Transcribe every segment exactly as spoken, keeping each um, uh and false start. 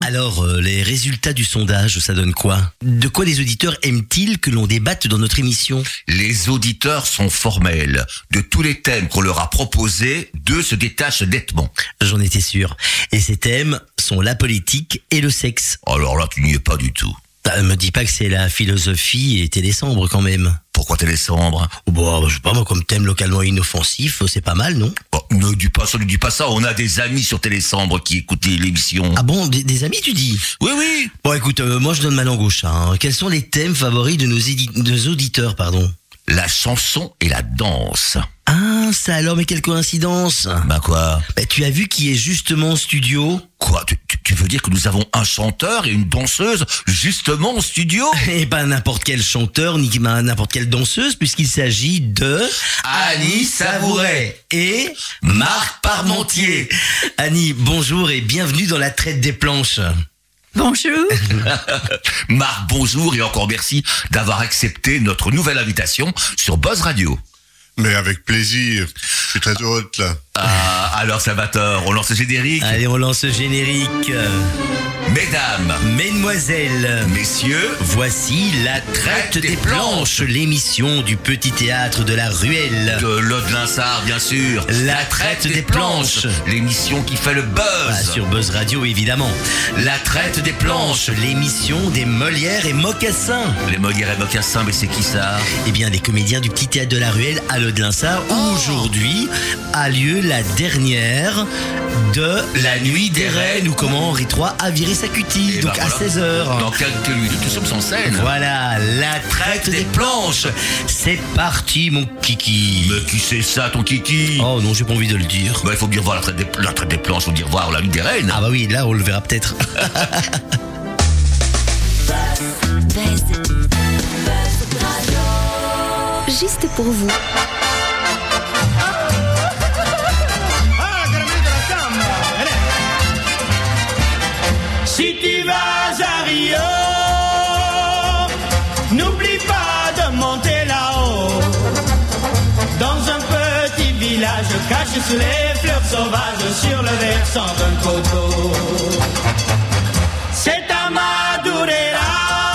Alors, euh, les résultats du sondage, ça donne quoi? De quoi les auditeurs aiment-ils que l'on débatte dans notre émission? Les auditeurs sont formels. De tous les thèmes qu'on leur a proposés, deux se détachent nettement. J'en étais sûr. Et ces thèmes sont la politique et le sexe. Alors là, tu n'y es pas du tout. Bah, me dis pas que c'est la philosophie et Télésambre quand même. Pourquoi Télésambre? Bon, je sais pas, moi, comme thème localement inoffensif, c'est pas mal, non? Bon, ne dis pas ça, ne dis pas ça. On a des amis sur Télésambre qui écoutent l'émission. Ah bon, des, des amis, tu dis? Oui, oui. Bon, écoute, euh, moi je donne ma langue au chat. Hein. Quels sont les thèmes favoris de nos, édi- de nos auditeurs, pardon? La chanson et la danse. Ah, ça alors, mais quelle coïncidence! Bah quoi? Bah, tu as vu qui est justement en studio? Quoi, tu, tu, tu veux dire que nous avons un chanteur et une danseuse justement en studio? Eh ben, n'importe quel chanteur, ni ben, n'importe quelle danseuse, puisqu'il s'agit de... Annie Savouret et Marc Parmentier. Annie, bonjour et bienvenue dans la traite des planches. Bonjour. Marc, bonjour et encore merci d'avoir accepté notre nouvelle invitation sur Buzz Radio. Mais avec plaisir, je suis très heureux d'être là. Ah, alors Salvatore, on lance le générique. Allez, on lance le générique. Mesdames, Mesdemoiselles, messieurs, voici la traite des planches, l'émission du petit théâtre de la Ruelle. de l'Aude Linsart, bien sûr. La traite des planches. L'émission qui fait le buzz. Ah, sur Buzz Radio, évidemment. La traite des planches. L'émission des Molières et Mocassins. Les Molières et Mocassins, mais c'est qui ça? Eh bien, des comédiens du petit théâtre de la Ruelle à l'Aude Linsart, où Oh. aujourd'hui a lieu la dernière de La Nuit des Reines. ou comment Henri trois a viré sa cutie, Et donc ben à voilà. seize heures. Dans quelques minutes, nous sommes en scène. Voilà, la traite des planches. C'est parti, mon kiki. Mais qui c'est ça, ton kiki? Oh non, j'ai pas envie de le dire. Bah, il faut bien voir la traite des, la traite des planches, faut bien voir la Nuit des Reines. Ah bah oui, là on le verra peut-être. Juste pour vous. Si tu vas à Rio, n'oublie pas de monter là-haut. Dans un petit village caché sous les fleurs sauvages sur le versant d'un coteau. C'est à Madureira,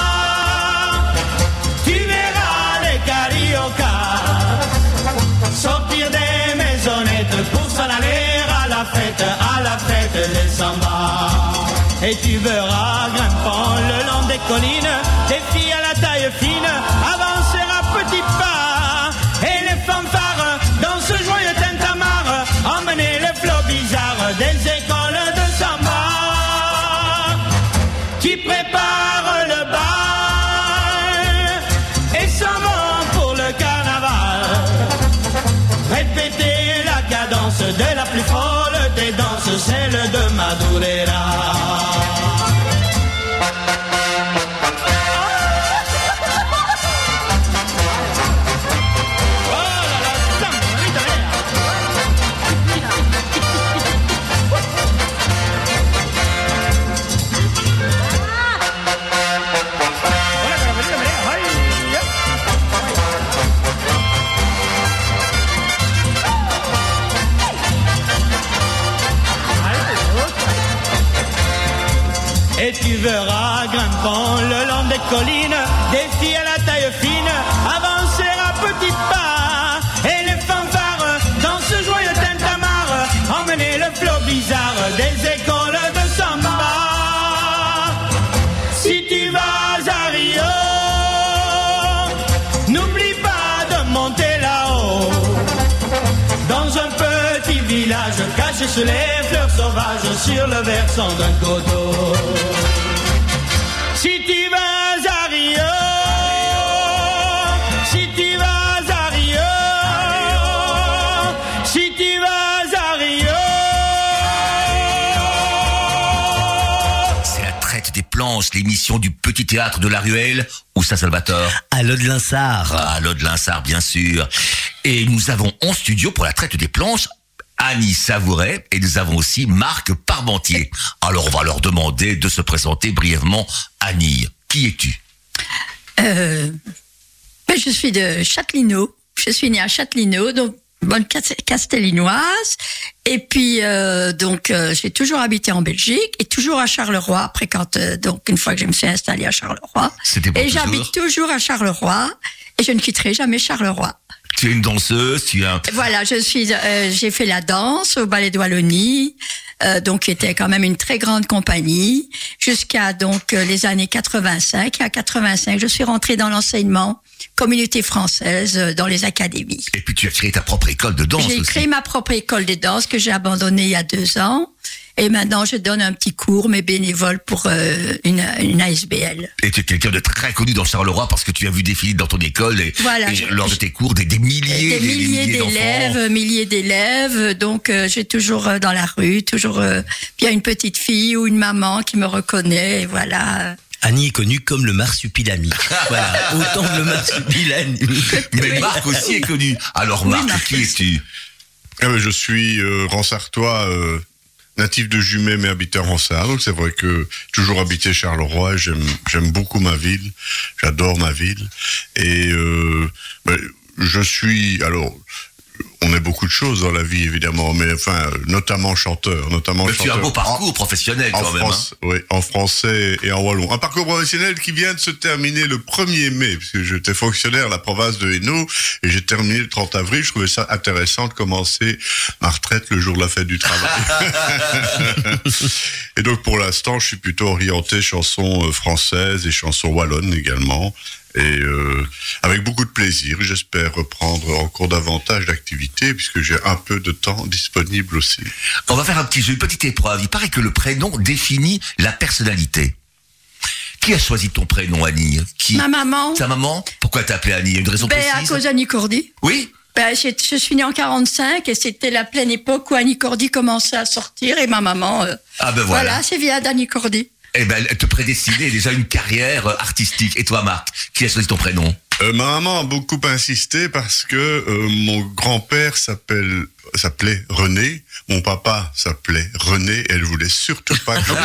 tu verras les cariocas sortir des maisonnettes pour s'en aller à la fête, à la fête des samba. Et tu verras grimpant le long des collines des filles à la taille fine avancer à petits pas. Et les fanfares dans ce joyeux tintamarre emmener les flots bizarres des écoles de samba qui préparent le bal et s'en vont pour le carnaval. Répéter la cadence de la plus folle des danses, celle de Madureira. Et tu verras grimpant le long des collines des filles à la taille fine avancer à petits pas. Et les fanfares dans ce joyeux tintamarre emmener le flot bizarre des écoles de samba. Si tu vas à Rio, n'oublie pas de monter là-haut. Dans un petit village caché sous les fleurs sauvages sur le versant d'un coteau. Si tu vas à Rio, si tu vas à Rio, si tu vas à Rio. C'est la traite des planches, l'émission du petit théâtre de la Ruelle. Où ça, Salvatore? À l'Aude Linsart. Ah, l'Aude Linsart, bien sûr. Et nous avons en studio pour la traite des planches Annie Savouret et nous avons aussi Marc Parmentier. Alors on va leur demander de se présenter brièvement. Annie, qui es-tu? Euh, ben, je suis de Châtelineau. Je suis née à Châtelineau, donc bonne castellinoise. Et puis, euh, donc, euh, j'ai toujours habité en Belgique et toujours à Charleroi. Après, quand, euh, donc, une fois que je me suis installée à Charleroi. C'était pour Et toujours. j'habite toujours à Charleroi et je ne quitterai jamais Charleroi. Tu es une danseuse, tu es un... Voilà, je suis, euh, j'ai fait la danse au Ballet de Wallonie, euh, donc qui était quand même une très grande compagnie, jusqu'à donc euh, les années quatre-vingt-cinq. Et à quatre-vingt-cinq, je suis rentrée dans l'enseignement communauté française euh, dans les académies. Et puis tu as créé ta propre école de danse J'ai aussi. créé ma propre école de danse que j'ai abandonnée il y a deux ans. Et maintenant, je donne un petit cours, mais bénévole pour euh, une, une A S B L. Et tu es quelqu'un de très connu dans Charleroi parce que tu as vu défiler dans ton école et, Voilà, et je- lors de tes cours des, des milliers, Des milliers d'enfants. d'élèves, milliers d'élèves. Donc, euh, j'ai toujours euh, dans la rue, toujours euh, bien une petite fille ou une maman qui me reconnaît. Et voilà. Annie est connue comme le marsupilami. Voilà, autant que le marsupilami. Mais Oui. Marc aussi est connu. Alors Oui, Marc, Marc qui es-tu? Ah ben, je suis euh, Ransartois, euh, natif de Jumet, mais habitant à Ronsard. Donc c'est vrai que toujours habité Charleroi, j'aime j'aime beaucoup ma ville, j'adore ma ville. Et euh, ben, je suis, alors, on est beaucoup de choses dans la vie évidemment, mais enfin, notamment chanteur, notamment Mais tu as chanteur. un beau En- parcours professionnel En, quand même. hein. France, oui, en français et en wallon. Un parcours professionnel qui vient de se terminer le premier mai, parce que j'étais fonctionnaire à la province de Hainaut, et j'ai terminé le trente avril. Je trouvais ça intéressant de commencer ma retraite le jour de la fête du travail. Et donc, pour l'instant, je suis plutôt orienté chansons euh, françaises et chansons wallonnes également. Et euh, avec beaucoup de plaisir, j'espère reprendre encore davantage d'activités, puisque j'ai un peu de temps disponible aussi. On va faire un petit jeu, une petite épreuve. Il paraît que le prénom définit la personnalité. Qui a choisi ton prénom, Annie? Qui? Ma maman, Ta maman? Pourquoi t'as appelé Annie? Une raison ben, à précise? cause d'Annie Cordy. Oui? Ben, j'ai- je suis née en quarante-cinq et c'était la pleine époque où Annie Cordy commençait à sortir et ma maman, euh, Ah ben voilà. voilà, c'est via d'Annie Cordy. Eh ben, elle te prédestinait déjà une carrière euh, artistique. Et toi, Marc, qui a choisi ton prénom? Euh, ma maman a beaucoup insisté parce que euh, mon grand-père s'appelle s'appelait René, mon papa s'appelait René, et elle voulait surtout pas que...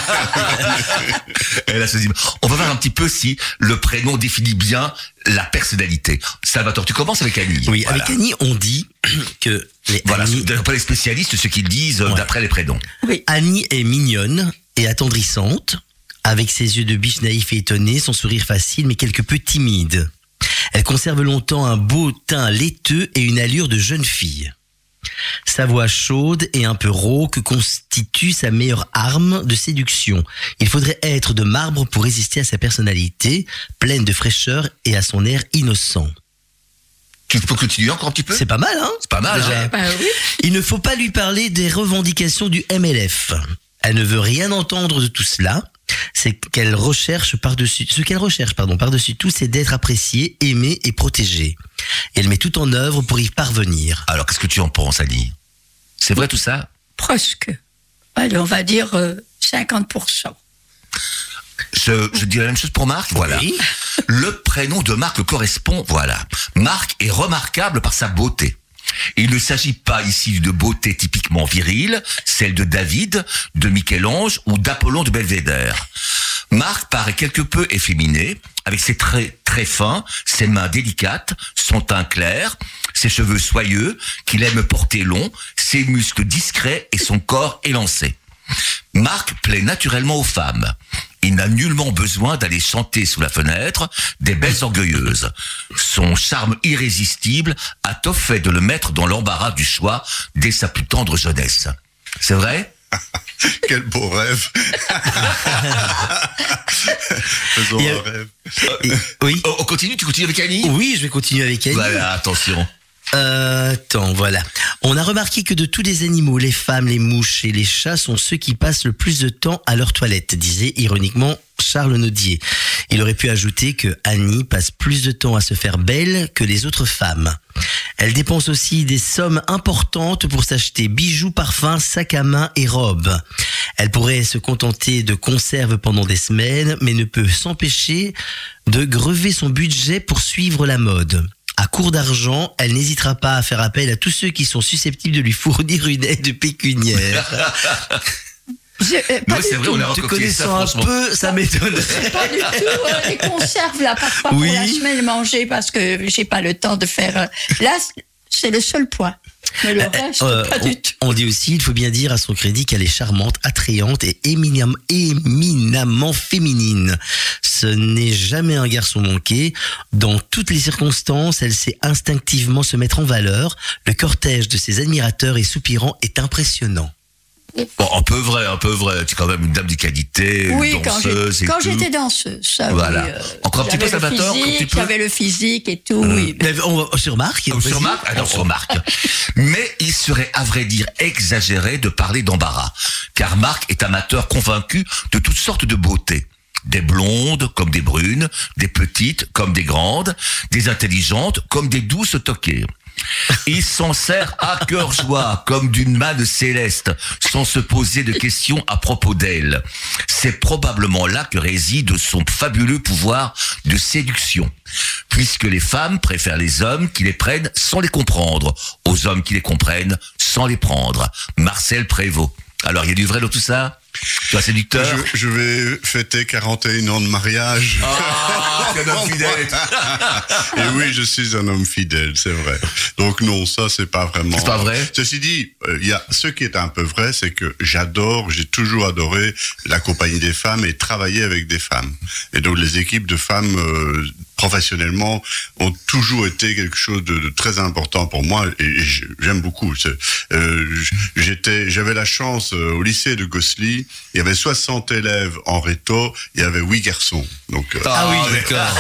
Elle a choisi. On va voir un petit peu si le prénom définit bien la personnalité. Salvatore, tu commences avec Annie. Oui, Voilà. avec Annie, on dit que les Voilà, Annie, d'après les spécialistes, ce qu'ils disent euh, Ouais. d'après les prénoms. Oui. Annie est mignonne et attendrissante, avec ses yeux de biche naïf et étonné, son sourire facile mais quelque peu timide. Elle conserve longtemps un beau teint laiteux et une allure de jeune fille. Sa voix chaude et un peu rauque constitue sa meilleure arme de séduction. Il faudrait être de marbre pour résister à sa personnalité, pleine de fraîcheur et à son air innocent. Tu peux continuer encore un petit peu? C'est pas mal, hein? C'est pas mal, Déjà. hein. Ben oui. Il ne faut pas lui parler des revendications du M L F. Elle ne veut rien entendre de tout cela. C'est qu'elle recherche par-dessus, ce qu'elle recherche, pardon, par-dessus tout, c'est d'être appréciée, aimée et protégée. Et elle met tout en œuvre pour y parvenir. Alors, qu'est-ce que tu en penses, Annie? C'est vrai tout ça? Presque. Allez, on va dire euh, cinquante pour cent. Je, je dis la même chose pour Marc, voilà. Oui. Le prénom de Marc correspond, voilà. Marc est remarquable par sa beauté. Il ne s'agit pas ici de beauté typiquement virile, celle de David, de Michel-Ange ou d'Apollon de Belvédère. Marc paraît quelque peu efféminé, avec ses traits très fins, ses mains délicates, son teint clair, ses cheveux soyeux, qu'il aime porter longs, ses muscles discrets et son corps élancé. Marc plaît naturellement aux femmes. Il n'a nullement besoin d'aller chanter sous la fenêtre des belles orgueilleuses. Son charme irrésistible a tout fait de le mettre dans l'embarras du choix dès sa plus tendre jeunesse. C'est vrai? Quel beau rêve. Faisons Il y a- un rêve. Et- oui. On on continue, tu continues avec Annie? Oui, je vais continuer avec Annie. Voilà, attention. Euh, attends, voilà. On a remarqué que de tous les animaux, les femmes, les mouches et les chats sont ceux qui passent le plus de temps à leur toilette, disait ironiquement Charles Naudier. Il aurait pu ajouter que Annie passe plus de temps à se faire belle que les autres femmes. Elle dépense aussi des sommes importantes pour s'acheter bijoux, parfums, sacs à main et robes. Elle pourrait se contenter de conserves pendant des semaines, mais ne peut s'empêcher de grever son budget pour suivre la mode. À court d'argent, elle n'hésitera pas à faire appel à tous ceux qui sont susceptibles de lui fournir une aide pécuniaire. Je- euh, Non, pas c'est du vrai, tout. on a Te recopié ça, connaissant un franchement. peu, ça m'étonnerait. Pas du tout. euh, les conserves, là, parfois Oui. pour la semaine manger parce que j'ai pas le temps de faire. euh, Là, C'est le seul point. Mais le Euh, reste, euh, pas on, du tout. on dit aussi, il faut bien dire à son crédit qu'elle est charmante, attrayante et éminemment, éminemment féminine. Ce n'est jamais un garçon manqué. Dans toutes les circonstances, elle sait instinctivement se mettre en valeur. Le cortège de ses admirateurs et soupirants est impressionnant. Bon, un peu vrai, un peu vrai. Tu es quand même une dame de qualité, Oui, une quand, j'ai- danseuse et quand tout. j'étais danseuse, ça, Voilà. oui, euh, Encore un petit peu, j'avais le Salvatore, un petit physique, peu J'avais le physique et tout, oui. Mais on, on sur Marc, Ah, sur Marc, alors sur Marc. Mais il serait à vrai dire exagéré de parler d'embarras, car Marc est amateur convaincu de toutes sortes de beautés. Des blondes comme des brunes, des petites comme des grandes, des intelligentes comme des douces toquées. Il s'en sert à cœur joie, comme d'une manne céleste, sans se poser de questions à propos d'elle. C'est probablement là que réside son fabuleux pouvoir de séduction, puisque les femmes préfèrent les hommes qui les prennent sans les comprendre, aux hommes qui les comprennent sans les prendre. Marcel Prévost. Alors, il y a du vrai dans tout ça? Tu es un séducteur? Je, je vais fêter quarante et un ans de mariage. Ah, tu es un homme fidèle. Et oui, je suis un homme fidèle, c'est vrai. Donc non, ça c'est pas vraiment. C'est pas vrai? Ceci dit, il euh, y a ce qui est un peu vrai, c'est que j'adore, j'ai toujours adoré la compagnie des femmes et travailler avec des femmes. Et donc les équipes de femmes euh, professionnellement ont toujours été quelque chose de, de très important pour moi et, et j'aime beaucoup. Euh, j'étais, j'avais la chance euh, au lycée de Gosselies. Il y avait soixante élèves en réto, il y avait huit garçons. Donc, euh, Ah oui, d'accord.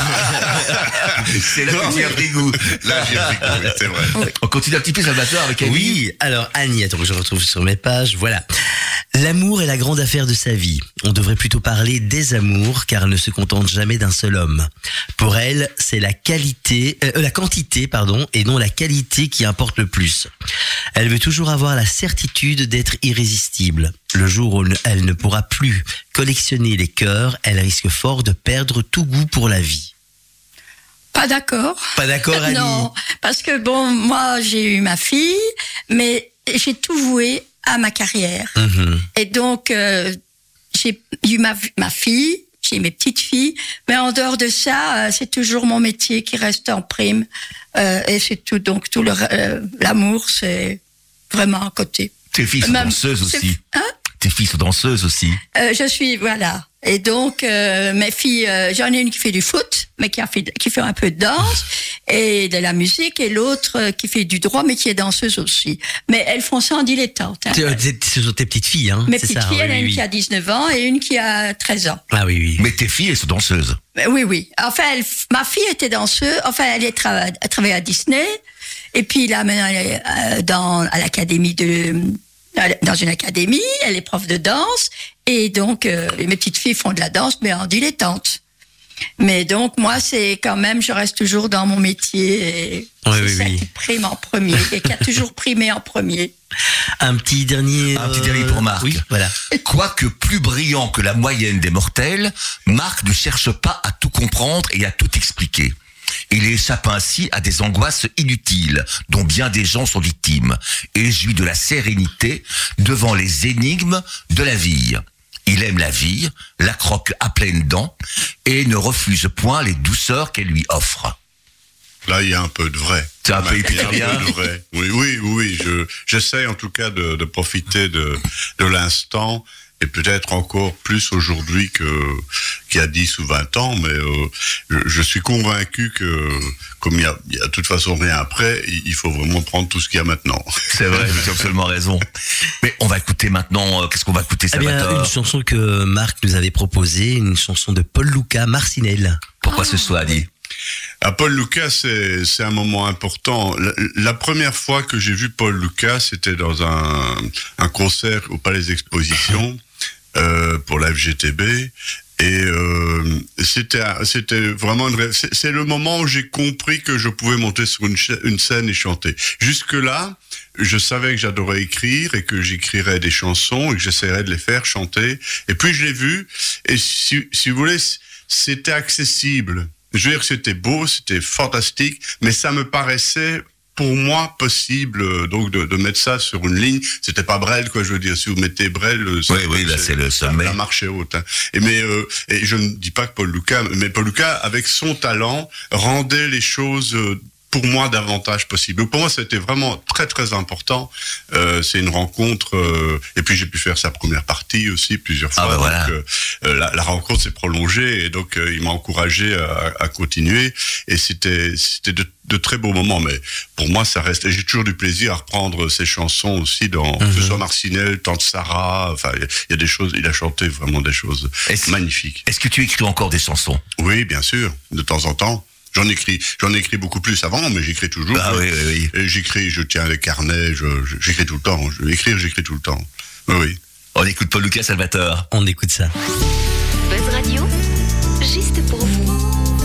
C'est là que tu as pris goût. là, j'ai pris goût, oui, c'est vrai. On continue un petit peu, Salvatore, avec Annie. Oui, alors Annie, attends que je retrouve sur mes pages, voilà. L'amour est la grande affaire de sa vie. On devrait plutôt parler des amours, car elle ne se contente jamais d'un seul homme. Pour elle, c'est la qualité, euh, la quantité, pardon, et non la qualité qui importe le plus. Elle veut toujours avoir la certitude d'être irrésistible. Le jour où elle ne pourra plus collectionner les cœurs, elle risque fort de perdre tout goût pour la vie. Pas d'accord. Pas d'accord, Annie? Non, parce que bon, moi j'ai eu ma fille, mais j'ai tout voué à ma carrière. Mhm. Et donc, euh, j'ai eu ma, ma fille, j'ai mes petites filles, mais en dehors de ça, euh, c'est toujours mon métier qui reste en prime. Euh, et c'est tout, donc tout le, euh, l'amour, c'est vraiment à côté. Tes filles sont Même- danseuses c'est- aussi. Hein? Tes filles sont danseuses aussi. Euh, je suis, voilà. Et donc, euh, mes filles, euh, j'en ai une qui fait du foot, mais qui, a fait, qui fait un peu de danse et de la musique, et l'autre euh, qui fait du droit, mais qui est danseuse aussi. Mais elles font ça en dilettante. Hein. C'est- c'est- Ce sont tes petites filles, hein? Mes c'est petites ça, filles, oui, il y en a oui, une oui. qui a dix-neuf ans et une qui a treize ans. Ah oui, oui. Mais tes filles, elles sont danseuses. Mais oui, oui. Enfin, elle, ma fille était danseuse. Enfin, elle, est tra- elle travaillait à Disney. Et puis là, maintenant, elle est euh, dans, à l'académie de... dans une académie, elle est prof de danse. Et donc, euh, mes petites filles font de la danse, mais en dilettante. Mais donc, moi, c'est quand même, je reste toujours dans mon métier. Et Oui, c'est oui, ça oui. qui prime en premier et qui a toujours primé en premier. Un petit dernier. Un petit dernier pour Marc. Oui, voilà. Quoique plus brillant que la moyenne des mortels, Marc ne cherche pas à tout comprendre et à tout expliquer. Il échappe ainsi à des angoisses inutiles, dont bien des gens sont victimes, et jouit de la sérénité devant les énigmes de la vie. Il aime la vie, la croque à pleines dents, et ne refuse point les douceurs qu'elle lui offre. Là, il y a un peu de vrai. C'est un peu Il y a un hypérien. peu de vrai. Oui, oui, oui. Je, j'essaie en tout cas de, de profiter de, de l'instant. Et peut-être encore plus aujourd'hui que qu'il y a dix ou vingt ans, mais euh, je, je suis convaincu que comme il y a, il y a de toute façon rien après, il, il faut vraiment prendre tout ce qu'il y a maintenant. C'est vrai, tu as absolument raison. Mais on va écouter maintenant, euh, qu'est-ce qu'on va écouter, Eh bien, Salvatore? une chanson que Marc nous avait proposée, une chanson de Paul Luca, Marcinelle. Pourquoi ce soit dit? À Paul Lucas, c'est, c'est un moment important. La, la première fois que j'ai vu Paul Lucas, c'était dans un, un concert au Palais des Expositions euh, pour la F G T B. Et euh, c'était, c'était vraiment une rêve. C'est, c'est le moment où j'ai compris que je pouvais monter sur une, cha- une scène et chanter. Jusque-là, je savais que j'adorais écrire et que j'écrirais des chansons et que j'essaierais de les faire chanter. Et puis je l'ai vu. Et si, si vous voulez, c'était accessible. Je veux dire que c'était beau, c'était fantastique, mais ça me paraissait pour moi possible donc de, de mettre ça sur une ligne. C'était pas Brel, quoi. Je veux dire, si vous mettez Brel, Oui, oui, là c'est le sommet. la marche est haute. Hein. Et mais euh, et je ne dis pas que Paul Lucas, mais Paul Lucas avec son talent rendait les choses euh, pour moi davantage possible. Pour moi, ça a été vraiment très très important. Euh, c'est une rencontre, euh, et puis j'ai pu faire sa première partie aussi plusieurs fois. Ah ben voilà. Donc, euh, la, la rencontre s'est prolongée et donc euh, il m'a encouragé à, à continuer. Et c'était c'était de, de très beaux moments. Mais pour moi, ça reste. Et j'ai toujours du plaisir à reprendre ses chansons aussi, dans mm-hmm. que ce soit Marcinelle, Tante Sarah. Enfin, il y a des choses. Il a chanté vraiment des choses est-ce, magnifiques. Est-ce que tu écris encore des chansons? Oui, bien sûr, de temps en temps. J'en écris, j'en écris beaucoup plus avant, mais j'écris toujours. Ah oui, oui, oui. Et j'écris, je tiens les carnets, je, je, j'écris tout le temps. Je vais écrire, j'écris tout le temps. Oui, oui. On écoute Paul Lucas Salvatore. On écoute ça. Buzz Radio, juste pour vous.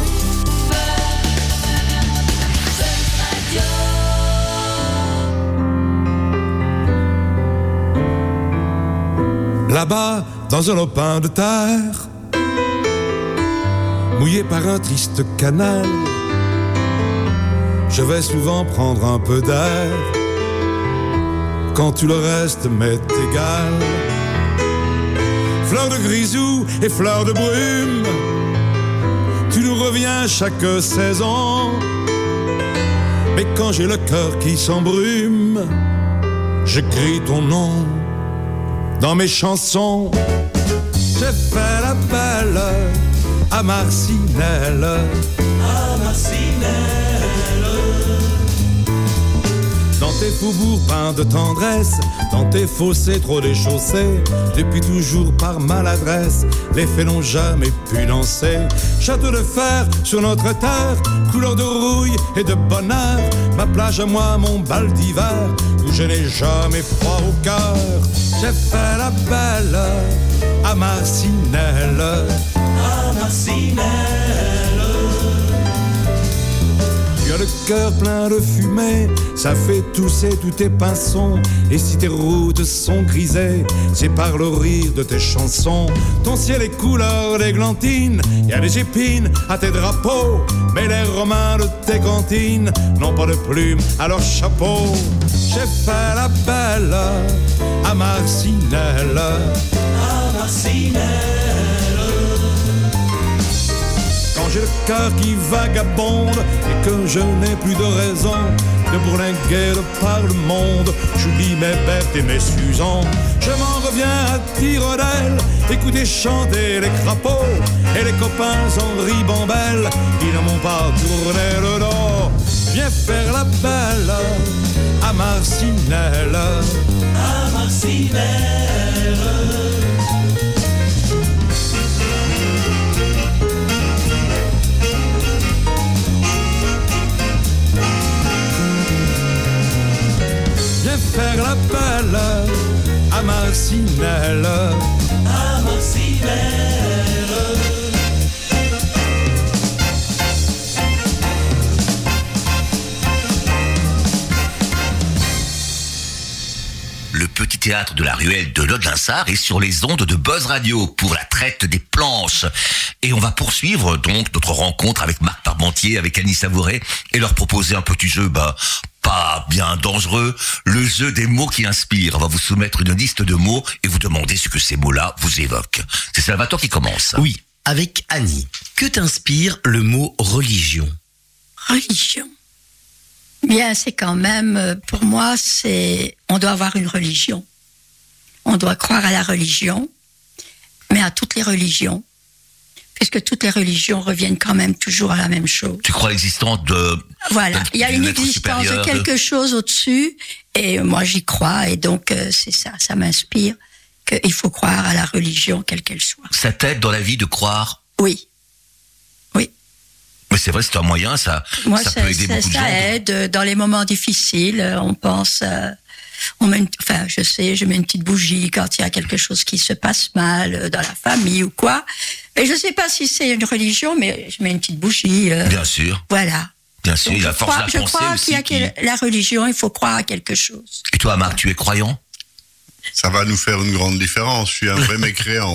Là-bas, dans un lopin de terre, mouillé par un triste canal, je vais souvent prendre un peu d'air. Quand tout le reste m'est égal, fleurs de grisou et fleurs de brume, tu nous reviens chaque saison. Mais quand j'ai le cœur qui s'embrume, j'écris ton nom dans mes chansons. J'ai fait la belle à Marcinelle, à Marcinelle. Dans tes faubourgs peints de tendresse, dans tes fossés trop déchaussés, depuis toujours par maladresse, les fées n'ont jamais pu danser. Château de fer sur notre terre, couleur de rouille et de bonheur, ma plage à moi, mon bal d'hiver, où je n'ai jamais froid au cœur. J'ai fait la belle à Marcinelle, à Marcinelle. Tu as le cœur plein de fumée, ça fait tousser tous tes pinsons. Et si tes routes sont grisées, c'est par le rire de tes chansons. Ton ciel est couleur d'églantine, y a des épines à tes drapeaux, mais les Romains de tes cantines n'ont pas de plumes à leur chapeau. J'ai fait la belle à Marcinelle, à Marcinelle. Quand j'ai le cœur qui vagabonde et que je n'ai plus de raison de bourlinguer de par le monde, j'oublie mes bêtes et mes Suzans. Je m'en reviens à tire-d'aile, écouter chanter les crapauds et les copains en ribambelle qui ne m'ont pas tourné le dos. Viens faire la belle à Marcinelle, à Marcinelle. Viens faire la belle à Marcinelle, à Marcinelle. Le petit théâtre de la ruelle de Lodlinsart est sur les ondes de Buzz Radio pour la traite des planches. Et on va poursuivre donc notre rencontre avec Marc Parmentier, avec Annie Savouret, et leur proposer un petit jeu, bah, pas bien dangereux, le jeu des mots qui inspirent. On va vous soumettre une liste de mots et vous demander ce que ces mots-là vous évoquent. C'est Salvatore qui commence. Oui, avec Annie. Que t'inspire le mot religion? Religion. Bien, c'est quand même, pour moi, c'est, on doit avoir une religion. On doit croire à la religion, mais à toutes les religions, puisque toutes les religions reviennent quand même toujours à la même chose. Tu crois à l'existence de... Voilà, il y a une existence de quelque chose au-dessus, et moi j'y crois, et donc euh, c'est ça, ça m'inspire, qu'il faut croire à la religion, quelle qu'elle soit. Ça t'aide dans la vie de croire? Oui. Oui. Mais c'est vrai, c'est un moyen, ça, moi, ça, ça peut aider ça, beaucoup de gens. Ça aide dans les moments difficiles, on pense... Euh, on met une, enfin, je sais, je mets une petite bougie quand il y a quelque chose qui se passe mal dans la famille ou quoi. Et je sais pas si c'est une religion, mais je mets une petite bougie. Euh, Bien sûr. Voilà. Bien sûr, donc il y a je force crois, de la je pensée crois aussi qu'il y a qui... que la religion, il faut croire à quelque chose. Et toi, Marc, voilà. Tu es croyant? Ça va nous faire une grande différence. Je suis un vrai mécréant.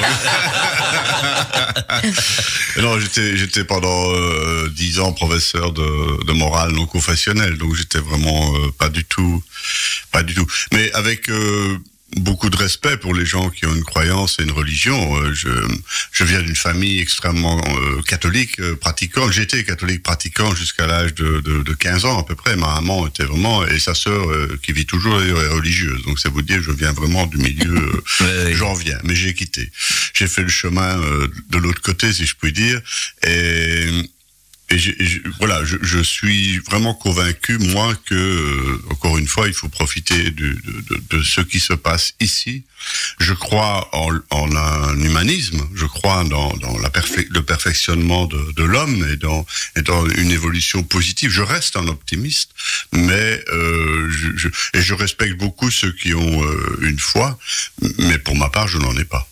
Non, j'étais, j'étais pendant euh, dix ans professeur de, de morale non confessionnelle, donc j'étais vraiment euh, pas du tout, pas du tout. Mais avec, euh, beaucoup de respect pour les gens qui ont une croyance et une religion. Euh, je, je viens d'une famille extrêmement euh, catholique, euh, pratiquante. J'étais catholique pratiquant jusqu'à l'âge de, de, de quinze ans à peu près. Ma maman était vraiment, et sa sœur euh, qui vit toujours est religieuse. Donc c'est vous dire, je viens vraiment du milieu, euh, ouais, j'en viens, mais j'ai quitté. J'ai fait le chemin euh, de l'autre côté, si je puis dire, et... Et je, je, voilà, je, je suis vraiment convaincu, moi, que, euh, encore une fois, il faut profiter de, de, de, de ce qui se passe ici. Je crois en, en un humanisme, je crois dans, dans la perfe- le perfectionnement de, de l'homme et dans, et dans une évolution positive. Je reste un optimiste, mais euh, je, je, et je respecte beaucoup ceux qui ont euh, une foi, mais pour ma part, je n'en ai pas.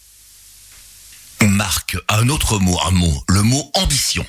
Marc, un autre mot, un mot, le mot ambition.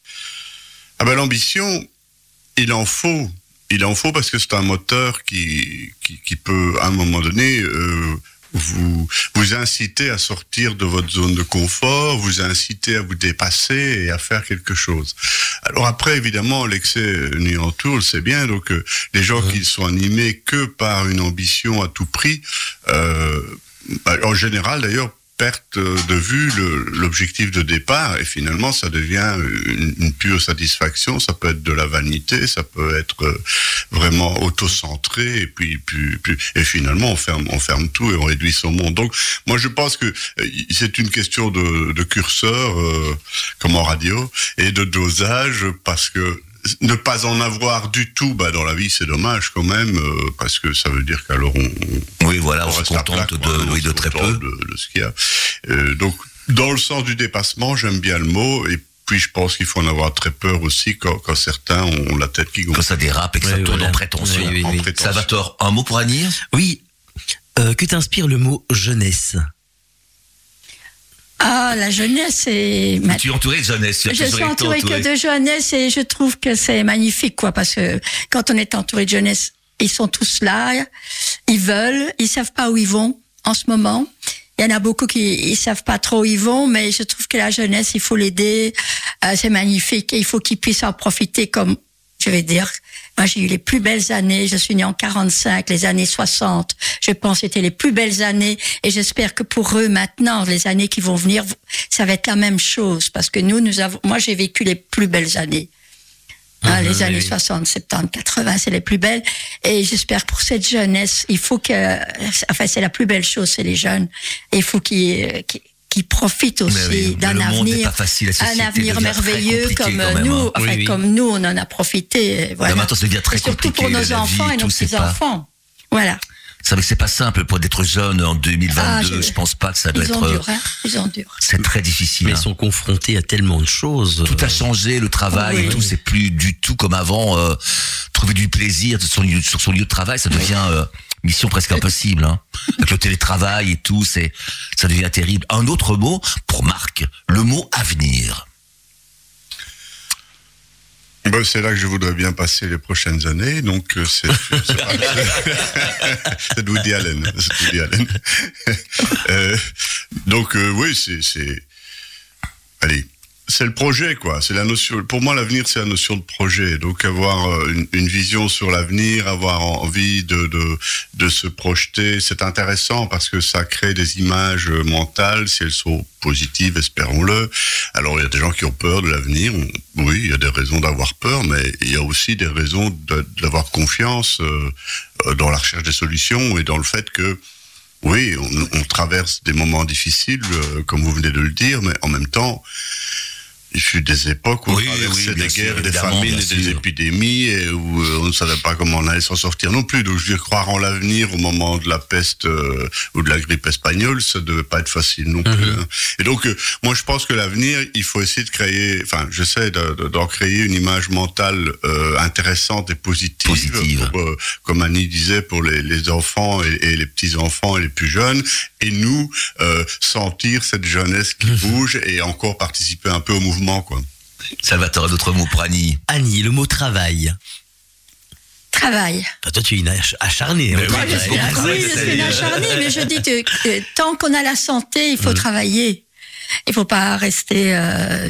Ah ben l'ambition, il en faut, il en faut parce que c'est un moteur qui qui, qui peut à un moment donné euh, vous vous inciter à sortir de votre zone de confort, vous inciter à vous dépasser et à faire quelque chose. Alors après évidemment l'excès nuit en tour, c'est bien, donc euh, les gens mmh. qui sont animés que par une ambition à tout prix, euh, en général d'ailleurs, perte de vue le, l'objectif de départ et finalement ça devient une, une pure satisfaction. Ça peut être de la vanité, ça peut être vraiment auto-centré et puis, puis, puis et finalement on ferme, on ferme tout et on réduit son monde. Donc moi je pense que c'est une question de, de curseur euh, comme en radio et de dosage parce que ne pas en avoir du tout, bah dans la vie c'est dommage quand même euh, parce que ça veut dire qu'alors on, on oui voilà on, on se contente plat, de, quoi, oui, de très peu de, de ce qu'il y a. Euh, donc dans le sens du dépassement, j'aime bien le mot et puis je pense qu'il faut en avoir très peur aussi quand, quand certains ont la tête qui gonfle. Quand ça dérape et que oui, ça tourne voilà. en prétention. Oui, oui, en oui. prétention. Salvatore, un mot pour Annie ? Oui. Euh, que t'inspire le mot jeunesse ? Ah, la jeunesse, c'est... Tu es entourée de jeunesse. Je suis entourée que de jeunesse et je trouve que c'est magnifique, quoi, parce que quand on est entouré de jeunesse, ils sont tous là, ils veulent, ils savent pas où ils vont en ce moment. Il y en a beaucoup qui ils savent pas trop où ils vont, mais je trouve que la jeunesse, il faut l'aider. Euh, c'est magnifique et il faut qu'ils puissent en profiter comme, je vais dire, moi j'ai eu les plus belles années, je suis née en quarante-cinq, les années soixante, je pense c'était les plus belles années et j'espère que pour eux maintenant, les années qui vont venir, ça va être la même chose parce que nous, nous avons, moi j'ai vécu les plus belles années. Hein, mmh, les années oui. soixante, soixante-dix, quatre-vingts, c'est les plus belles. Et j'espère pour cette jeunesse, il faut que, enfin, c'est la plus belle chose, c'est les jeunes. Et il faut qu'ils, qu'ils, qu'ils profitent aussi oui, d'un avenir, facile, un avenir merveilleux comme nous, hein. enfin, oui, oui. comme nous, on en a profité. Voilà. Maintenant, ça devient très et surtout pour nos enfants vie, et nos petits-enfants. Voilà. C'est vrai que c'est pas simple pour d'être jeune en deux mille vingt-deux. Ah, je... je pense pas que ça doit ils être. Endurent, hein ils endurent. C'est très difficile. Mais hein. Ils sont confrontés à tellement de choses. Tout a changé, le travail, oui. et tout. C'est plus du tout comme avant. Euh, trouver du plaisir sur son, sur son lieu de travail, ça devient euh, mission presque impossible. Hein. Avec le télétravail et tout, c'est, ça devient terrible. Un autre mot pour Marc, le mot avenir. Ben, c'est là que je voudrais bien passer les prochaines années, donc c'est c'est, c'est, c'est de Woody Allen, c'est Woody Allen. euh, donc euh, oui, c'est c'est allez, c'est le projet quoi. C'est la notion. Pour moi, l'avenir, c'est la notion de projet. Donc avoir une, une vision sur l'avenir, avoir envie de de de se projeter, c'est intéressant parce que ça crée des images mentales si elles sont positives, espérons-le. Alors il y a des gens qui ont peur de l'avenir. Oui, il y a des raisons d'avoir peur, mais il y a aussi des raisons de, d'avoir confiance euh, dans la recherche des solutions et dans le fait que oui, on, on traverse des moments difficiles, euh, comme vous venez de le dire, mais en même temps, il fut des époques où oui, on traversait oui, des guerres, sûr, des famines et des épidémies, et où euh, on ne savait pas comment on allait s'en sortir non plus. Donc je veux dire, croire en l'avenir au moment de la peste euh, ou de la grippe espagnole, ça ne devait pas être facile non plus. Mm-hmm. Hein. Et donc, euh, moi je pense que l'avenir, il faut essayer de créer, enfin j'essaie de, de, d'en créer une image mentale euh, intéressante et positive. Positive. Pour, euh, comme Annie disait, pour les, les enfants et, et les petits-enfants et les plus jeunes, et nous, euh, sentir cette jeunesse qui mm-hmm. bouge et encore participer un peu au mouvement. Quoi. Salvatore, d'autres mots pour Annie. Annie, le mot travail. Travail. Bah, toi, tu es une acharnée. Oui, je suis, une, oui, je suis une acharnée, mais je dis que euh, tant qu'on a la santé, il faut mmh. travailler. Il ne faut pas rester euh,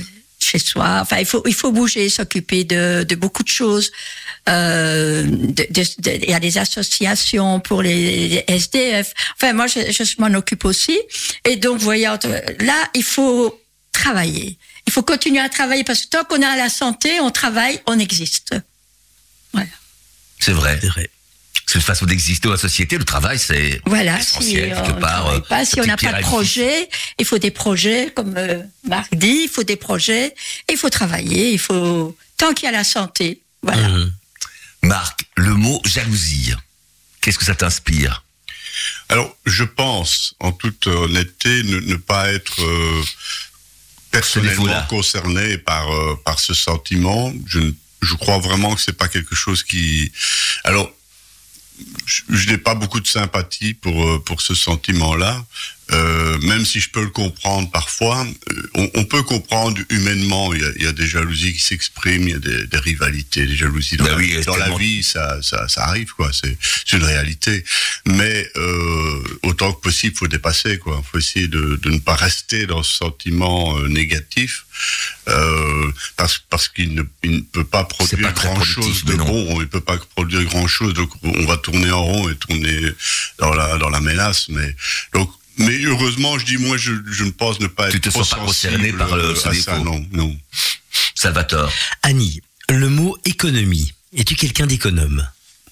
chez soi. Enfin, il faut, il faut bouger, s'occuper de, de beaucoup de choses. Euh, de, de, de, il y a des associations pour les, les S D F. Enfin, moi, je, je m'en occupe aussi. Et donc, vous voyez, là, il faut travailler. Il faut continuer à travailler parce que tant qu'on a la santé, on travaille, on existe. Voilà. C'est vrai. C'est vrai. C'est une façon d'exister dans la société. Le travail, c'est voilà, essentiel, si quelque on part. travaille pas, si on n'a pas de projet, il faut des projets, comme euh, Marc dit, il faut des projets, et il faut travailler, il faut tant qu'il y a la santé. Voilà. Mmh. Marc, le mot jalousie, qu'est-ce que ça t'inspire? Alors, je pense, en toute honnêteté, ne, ne pas être euh, personnellement concerné par euh, par ce sentiment. Je, je crois vraiment que c'est pas quelque chose qui. Alors, je, je n'ai pas beaucoup de sympathie pour pour ce sentiment-là. Euh, même si je peux le comprendre parfois, on, on peut comprendre humainement. Il y a, il y a des jalousies qui s'expriment, il y a des, des rivalités, des jalousies dans, ben la, oui, dans la vie, ça, ça, ça arrive, quoi. C'est, c'est une réalité. Mais euh, autant que possible, faut dépasser, quoi. Faut essayer de, de ne pas rester dans ce sentiment euh, négatif, euh, parce parce qu'il ne, il ne peut pas produire pas grand chose de bon. Il peut pas produire grand chose. Donc on va tourner en rond et tourner dans la dans la mélasse. Mais donc Mais heureusement, je dis, moi, je, je ne pense ne pas être tu te trop sens pas concerné sensible par le, ce à défaut. ça, non, non. Salvatore. Annie, le mot économie. Es-tu quelqu'un d'économe?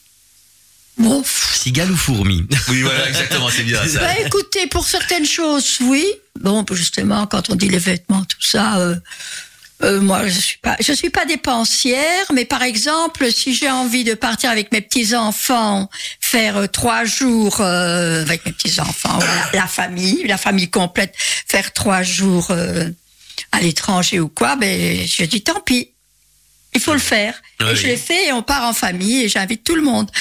Bon. Cigale ou fourmi? Oui, voilà, exactement, c'est bien ça. Bah, écoutez, pour certaines choses, oui. Bon, justement, quand on dit les vêtements, tout ça, euh, euh, moi, je suis pas, je suis pas dépensière, mais par exemple, si j'ai envie de partir avec mes petits enfants, faire euh, trois jours euh, avec mes petits enfants, la, la famille, la famille complète, faire trois jours euh, à l'étranger ou quoi, ben, je dis tant pis. Il faut le faire. Oui. Et je l'ai fait et on part en famille et j'invite tout le monde.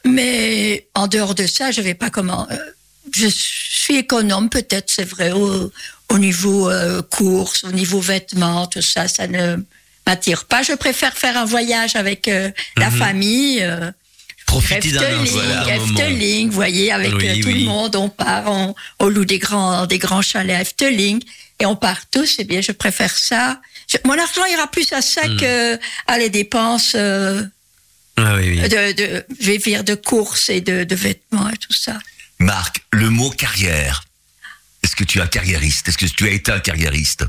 Mais en dehors de ça, je vais pas comment. Euh, je suis économe, peut-être, c'est vrai, au, au niveau euh, courses, au niveau vêtements, tout ça, ça ne m'attire pas. Je préfère faire un voyage avec euh, la Mhm. famille. Euh, Profiter d'un Efteling, voilà, un moment. Efteling, vous voyez, avec Oui, euh, tout oui. le monde, on part, on, on loue des grands, des grands chalets à Efteling et on part tous. Eh bien, je préfère ça. Je- mon argent ira plus à ça Mm. que à les dépenses euh, Ah oui, oui. de, de, je vais dire de courses et de, de vêtements et tout ça. Marc, le mot carrière. Est-ce que tu es un carriériste? Est-ce que tu as été un carriériste?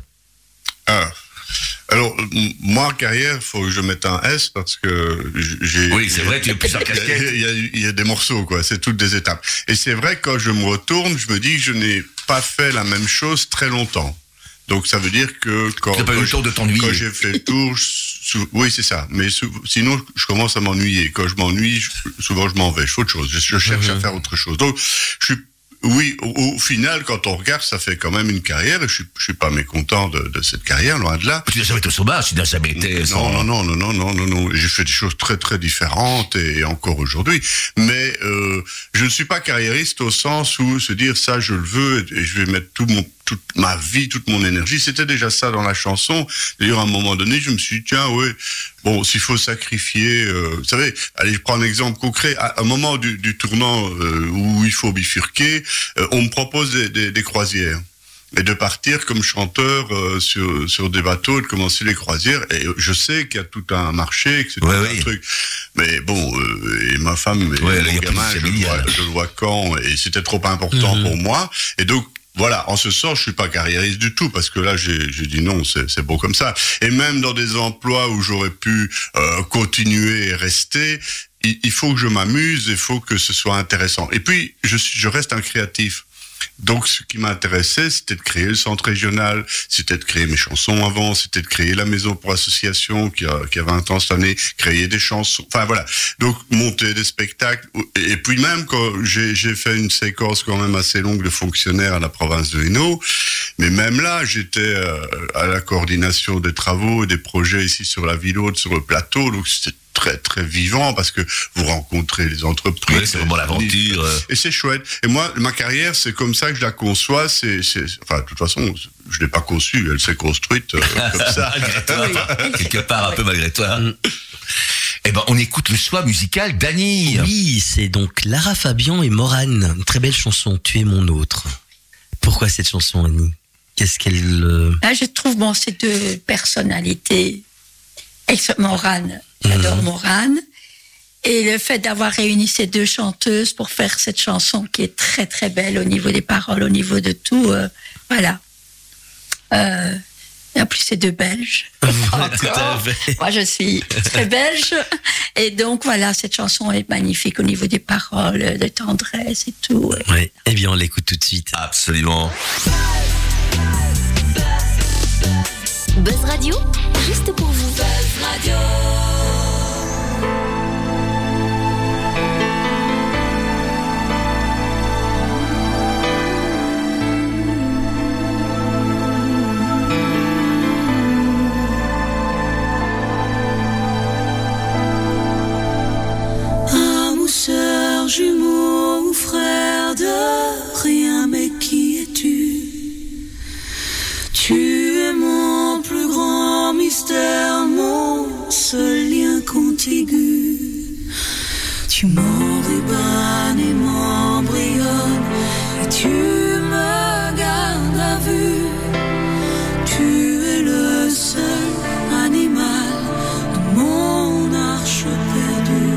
Ah. Alors, m- moi, en carrière, faut que je mette un S parce que j'ai... Oui, c'est vrai, tu es plusieurs Il y a- casquettes. Il y, a, il y a des morceaux, quoi. C'est toutes des étapes. Et c'est vrai que quand je me retourne, je me dis que je n'ai pas fait la même chose très longtemps. Donc, ça veut dire que quand... Tu n'as pas eu quand le temps je- de t'ennuyer. Quand j'ai fait le tour, je- sou- oui, c'est ça. Mais sou- sinon, je commence à m'ennuyer. Quand je m'ennuie, je- souvent, je m'en vais. Je fais autre chose. Je, je cherche Mhm. à faire autre chose. Donc, je suis... Oui, au, au final, quand on regarde, ça fait quand même une carrière. Et je suis, je suis pas mécontent de, de cette carrière, loin de là. Tu n'as jamais été au chômage, tu n'as jamais été sans... Non, non, non, non, non, non, non, non. J'ai fait des choses très, très différentes et encore aujourd'hui. Mais euh, je ne suis pas carriériste au sens où se dire ça, je le veux et je vais mettre tout mon, toute ma vie, toute mon énergie. C'était déjà ça dans la chanson. D'ailleurs, à un moment donné, je me suis dit, tiens, ouais, bon, s'il faut sacrifier, euh, vous savez, allez, je prends un exemple concret. À un moment du, du tournant euh, où il faut bifurquer, euh, on me propose des, des, des croisières. Et de partir comme chanteur euh, sur sur des bateaux, de commencer les croisières. Et je sais qu'il y a tout un marché, que c'est Ouais, tout oui. un truc. Mais bon, euh, et ma femme et Ouais, il y mon a plus gamin, de je le, vois, familial. je le vois quand, et c'était trop important Mhm. pour moi. Et donc, voilà, en ce sens, je suis pas carriériste du tout, parce que là, j'ai, j'ai dit non, c'est, c'est beau comme ça. Et même dans des emplois où j'aurais pu euh, continuer et rester, il, il faut que je m'amuse, il faut que ce soit intéressant. Et puis, je, suis- je reste un créatif. Donc, ce qui m'intéressait, c'était de créer le centre régional, c'était de créer mes chansons avant, c'était de créer la maison pour association qui a, qui a vingt ans cette année, créer des chansons, enfin voilà. Donc, monter des spectacles. Et, et puis même, quand j'ai, j'ai fait une séquence quand même assez longue de fonctionnaire à la province de Hainaut, mais même là, j'étais euh, à la coordination des travaux et des projets ici sur la ville haute, sur le plateau, donc c'était très très vivant parce que vous rencontrez les entreprises. Ouais, c'est vraiment l'aventure. euh. Et c'est chouette. Et moi, ma carrière, c'est comme ça que je la conçois. C'est, c'est, enfin, de toute façon, je l'ai pas conçue. Elle s'est construite euh, comme ça. Malgré toi, quelque part, un peu malgré toi. Eh ben, on écoute le choix musical d'Annie. Oui, c'est donc Lara Fabian et Morane. Une très belle chanson, Tu es mon autre. Pourquoi cette chanson, Annie? Qu'est-ce qu'elle... Euh... Là, je trouve, bon, ces deux personnalités, Morane, j'adore mmh. Morane, et le fait d'avoir réuni ces deux chanteuses pour faire cette chanson qui est très très belle au niveau des paroles, au niveau de tout, euh, voilà. Euh, et en plus, c'est deux Belges. Voilà, tout à fait. Moi, je suis très belge. Et donc, voilà, cette chanson est magnifique au niveau des paroles, de tendresse et tout. Oui, eh bien, on l'écoute tout de suite. Absolument. Buzz Radio, juste pour vous. Buzz Radio. Sœur, jumeau ou frère de rien, mais qui es-tu? Tu es mon plus grand mystère, mon seul lien contigu. Tu m'enrubans et m'embrayonnes, et tu me gardes à vue. Tu es le seul animal de mon arche perdue.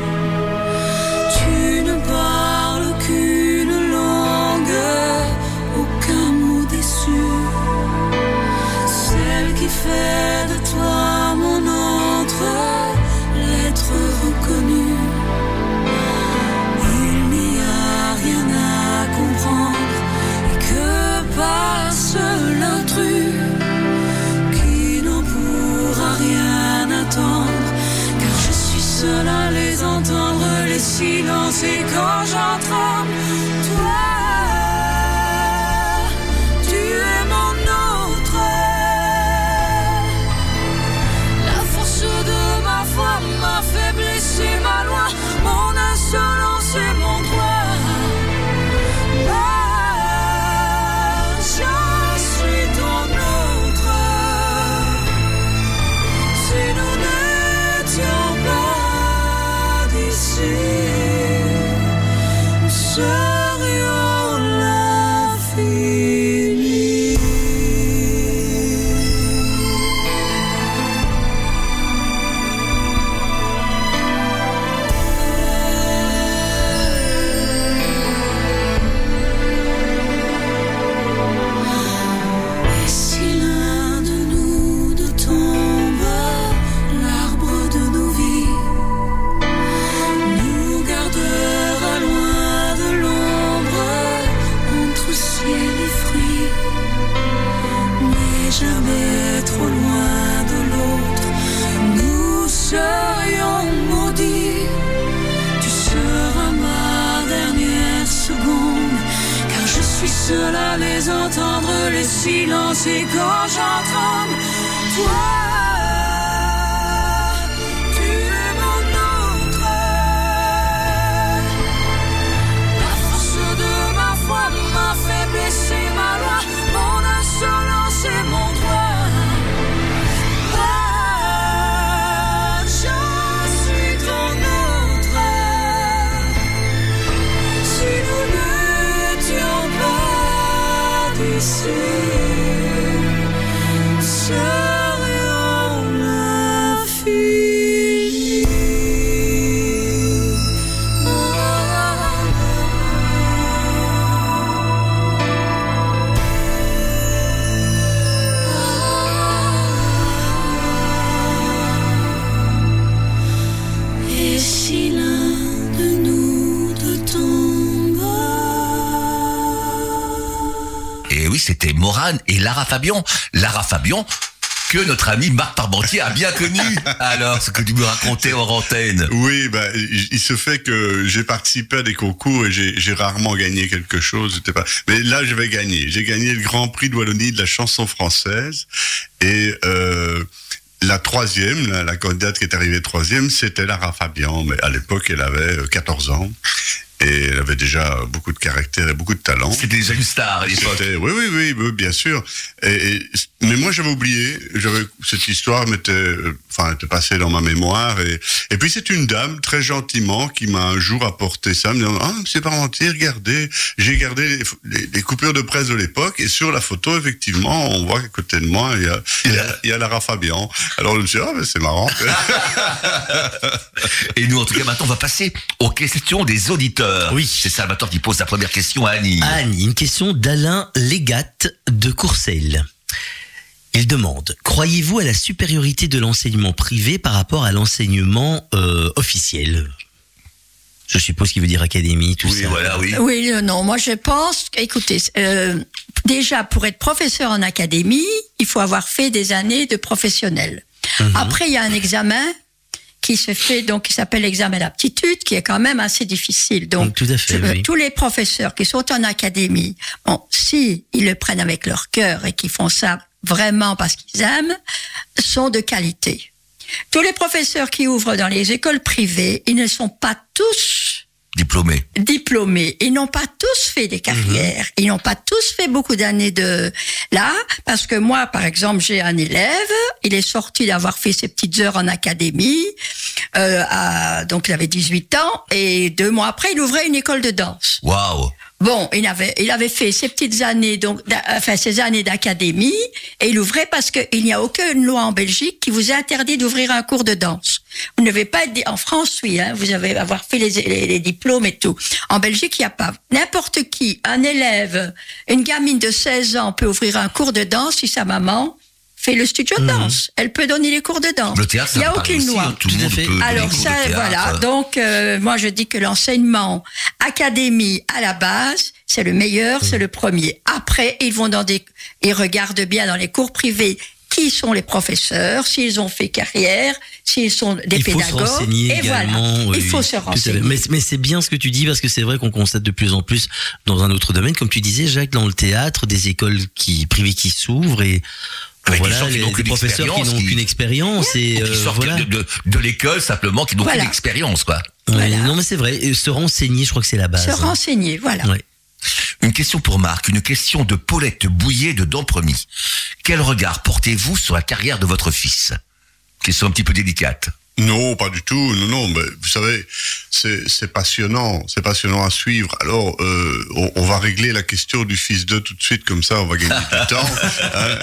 Fait de toi mon entre l'être reconnu. Il n'y a rien à comprendre et que passe l'intrus qui n'en pourra rien attendre, car je suis seul à les entendre, les silences, et quand j'en tremble, toi ma faiblesse et ma loi, mon insolence et mon droit. Moi, je suis ton autre. Si nous n'étions pas d'ici, nous serions l'infini. Jamais trop loin de l'autre, nous serions maudits. Tu seras ma dernière seconde, car je suis seul à les entendre, les silences, et quand j'en tremble, toi. C'est ma loi, mon insolence et mon droit. Moi, je suis ton autre. Si nous n'étions pas d'ici, nous serions l'infini. C'était Morane et Lara Fabian. Lara Fabian, que notre ami Marc Parmentier a bien connu. Alors, ce que tu me racontais hors antenne. Oui, bah, il, il se fait que j'ai participé à des concours et j'ai, j'ai rarement gagné quelque chose. C'était pas... Mais là, je vais gagner. J'ai gagné le Grand Prix de Wallonie de la chanson française. Et euh, la troisième, la, la candidate qui est arrivée troisième, c'était Lara Fabian. Mais à l'époque, elle avait quatorze ans. Et elle avait déjà beaucoup de caractère et beaucoup de talent. C'était déjà une star à l'époque. Oui, oui, oui, oui, bien sûr. Et, et mais moi j'avais oublié, j'avais cette histoire m'était, euh, enfin, était passée dans ma mémoire et et puis c'est une dame très gentiment qui m'a un jour apporté ça, me disant ah monsieur Parmentier, regardez, j'ai gardé les, les, les coupures de presse de l'époque et sur la photo effectivement on voit qu'à côté de moi il y a il y a, il y a Lara Fabian. Alors je me suis dit ah mais c'est marrant. Et nous en tout cas maintenant on va passer aux questions des auditeurs. Oui. C'est Salvatore qui pose la première question à Annie. Annie, une question d'Alain Légat de Courcelles. Il demande, croyez-vous à la supériorité de l'enseignement privé par rapport à l'enseignement euh, officiel ? Je suppose qu'il veut dire académie, tout Oui, ça. voilà, oui. Oui, euh, non, moi je pense, écoutez, euh, déjà pour être professeur en académie, il faut avoir fait des années de professionnel. Mhm. Après, il y a un examen qui se fait, donc qui s'appelle l'examen d'aptitude, qui est quand même assez difficile. Donc, Tout à fait, je- oui. tous les professeurs qui sont en académie, bon, si ils le prennent avec leur cœur et qu'ils font ça vraiment parce qu'ils aiment, sont de qualité. Tous les professeurs qui ouvrent dans les écoles privées, ils ne sont pas tous Diplômé. diplômés. Ils n'ont pas tous fait des carrières. Ils n'ont pas tous fait beaucoup d'années de là, parce que moi, par exemple, j'ai un élève. Il est sorti d'avoir fait ses petites heures en académie. Euh, à, donc, il avait dix-huit ans. Et deux mois après, il ouvrait une école de danse. Waouh. Bon, il avait, il avait fait ses petites années, donc, d'a- enfin, ses années d'académie, et il ouvrait parce qu'il n'y a aucune loi en Belgique qui vous interdit d'ouvrir un cours de danse. Vous ne devez pas être, di- en France, oui, hein, vous avez avoir fait les, les, les diplômes et tout. En Belgique, il n'y a pas. N'importe qui, un élève, une gamine de seize ans peut ouvrir un cours de danse si sa maman fait le studio de danse. Elle peut donner les cours de danse. Le théâtre, ça il n'y a me paraît aucune aussi, loi. hein, tout le Tout à monde fait. peut donner Alors des cours ça, de théâtre. voilà. Donc euh, moi je dis que l'enseignement académie à la base, c'est le meilleur, c'est le premier. Après, ils vont dans des, ils regardent bien dans les cours privés qui sont les professeurs, s'ils ont fait carrière, s'ils sont des Il faut se pédagogues. renseigner et également. voilà, oui, il faut oui, se tout à fait. renseigner. Mais, mais c'est bien ce que tu dis parce que c'est vrai qu'on constate de plus en plus dans un autre domaine, comme tu disais, Jacques, dans le théâtre, des écoles qui privées qui s'ouvrent et Avec des voilà, gens qui les, n'ont des qu'une professeurs qui expérience, n'ont qui- qu'une expérience et Qui euh, sortent voilà. de, de, de l'école simplement, qui n'ont Voilà. qu'une expérience, quoi. Ouais, Voilà. non mais c'est vrai, et se renseigner, je crois que c'est la base. Se renseigner, voilà. Ouais. Une question pour Marc, une question de Paulette Bouillet de Dampremy. Quel regard portez-vous sur la carrière de votre fils ? Question un petit peu délicate. Non, pas du tout. Non, non. Mais vous savez, c'est c'est passionnant, c'est passionnant à suivre. Alors, euh, on, on va régler la question du fils de tout de suite, comme ça, on va gagner du temps. Hein.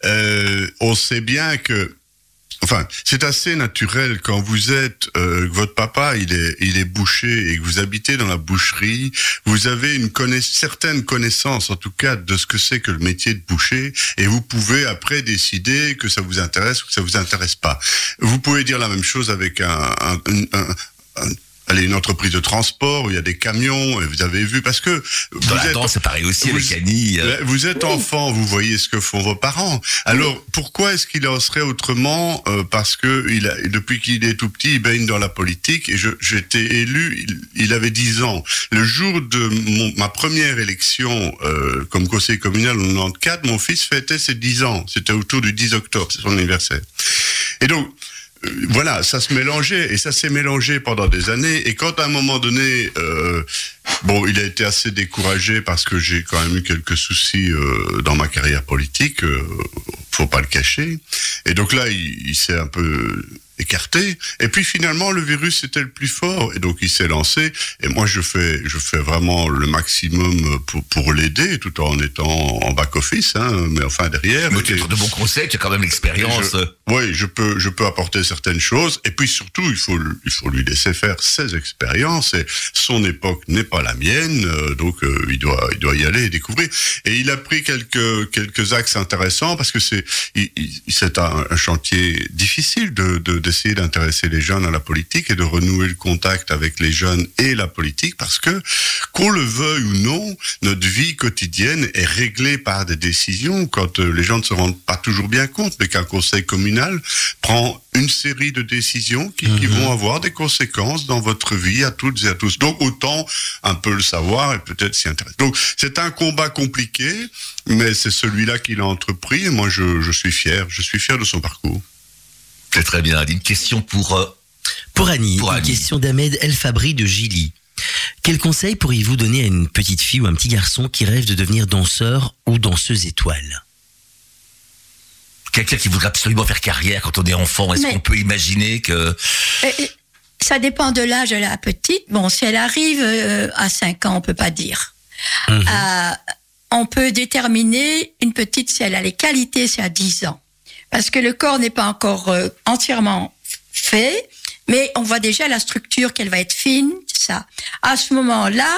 Euh, on sait bien que. Enfin, c'est assez naturel quand vous êtes, euh, que votre papa, il est, il est boucher et que vous habitez dans la boucherie, vous avez une connaiss- certaine connaissance, en tout cas, de ce que c'est que le métier de boucher, et vous pouvez après décider que ça vous intéresse ou que ça vous intéresse pas. Vous pouvez dire la même chose avec un, un, un, un, un allez, une entreprise de transport où il y a des camions, et vous avez vu, parce que Dans vous la êtes, danse, c'est pareil aussi vous- avec Annie. euh, vous êtes enfant, vous voyez ce que font vos parents. Alors, pourquoi est-ce qu'il en serait autrement euh, Parce que il a, depuis qu'il est tout petit, il baigne dans la politique. Et je, j'étais élu, il, il avait dix ans. Le jour de mon, ma première élection euh, comme conseiller communal en quatre-vingt-quatorze, mon fils fêtait ses dix ans. C'était autour du dix octobre, c'est son anniversaire. Et donc, Euh, voilà, ça se mélangeait, et ça s'est mélangé pendant des années, et quand à un moment donné, euh, bon, il a été assez découragé parce que j'ai quand même eu quelques soucis euh, dans ma carrière politique, euh, faut pas le cacher, et donc là, il, il s'est un peu écarté, et puis finalement, le virus était le plus fort, et donc il s'est lancé, et moi je fais, je fais vraiment le maximum pour, pour l'aider, tout en étant en back-office, hein, mais enfin derrière. Mais tu as de bons conseils, tu as quand même l'expérience. Je- Oui, je peux, je peux apporter certaines choses. Et puis surtout, il faut, il faut lui laisser faire ses expériences. Et son époque n'est pas la mienne, euh, donc euh, il doit, il doit y aller et découvrir. Et il a pris quelques, quelques axes intéressants parce que c'est, il, il- c'est un, un chantier difficile de, de, d'essayer d'intéresser les jeunes à la politique et de renouer le contact avec les jeunes et la politique, parce que qu'on le veuille ou non, notre vie quotidienne est réglée par des décisions quand euh, les gens ne se rendent pas toujours bien compte, mais qu'un conseil communal prend une série de décisions qui, qui vont avoir des conséquences dans votre vie à toutes et à tous. Donc autant un peu le savoir et peut-être s'y intéresser. Donc c'est un combat compliqué, mais c'est celui-là qu'il a entrepris et moi je, je suis fier, je suis fier de son parcours. C'est très bien. Une question pour... euh, Pour Annie, Pour une Annie. question d'Ahmed El Fabri de Gilly. Quel conseil pourriez-vous donner à une petite fille ou un petit garçon qui rêve de devenir danseur ou danseuse étoile ? Quelqu'un qui voudrait absolument faire carrière quand on est enfant, est-ce Mais- qu'on peut imaginer que... Euh, Ça dépend de l'âge de la petite. Bon, si elle arrive euh, à cinq ans, on peut pas dire. Mhm. Euh, on peut déterminer une petite si elle a les qualités, c'est à dix ans. Parce que le corps n'est pas encore euh, entièrement fait, mais on voit déjà la structure, qu'elle va être fine, ça. À ce moment-là,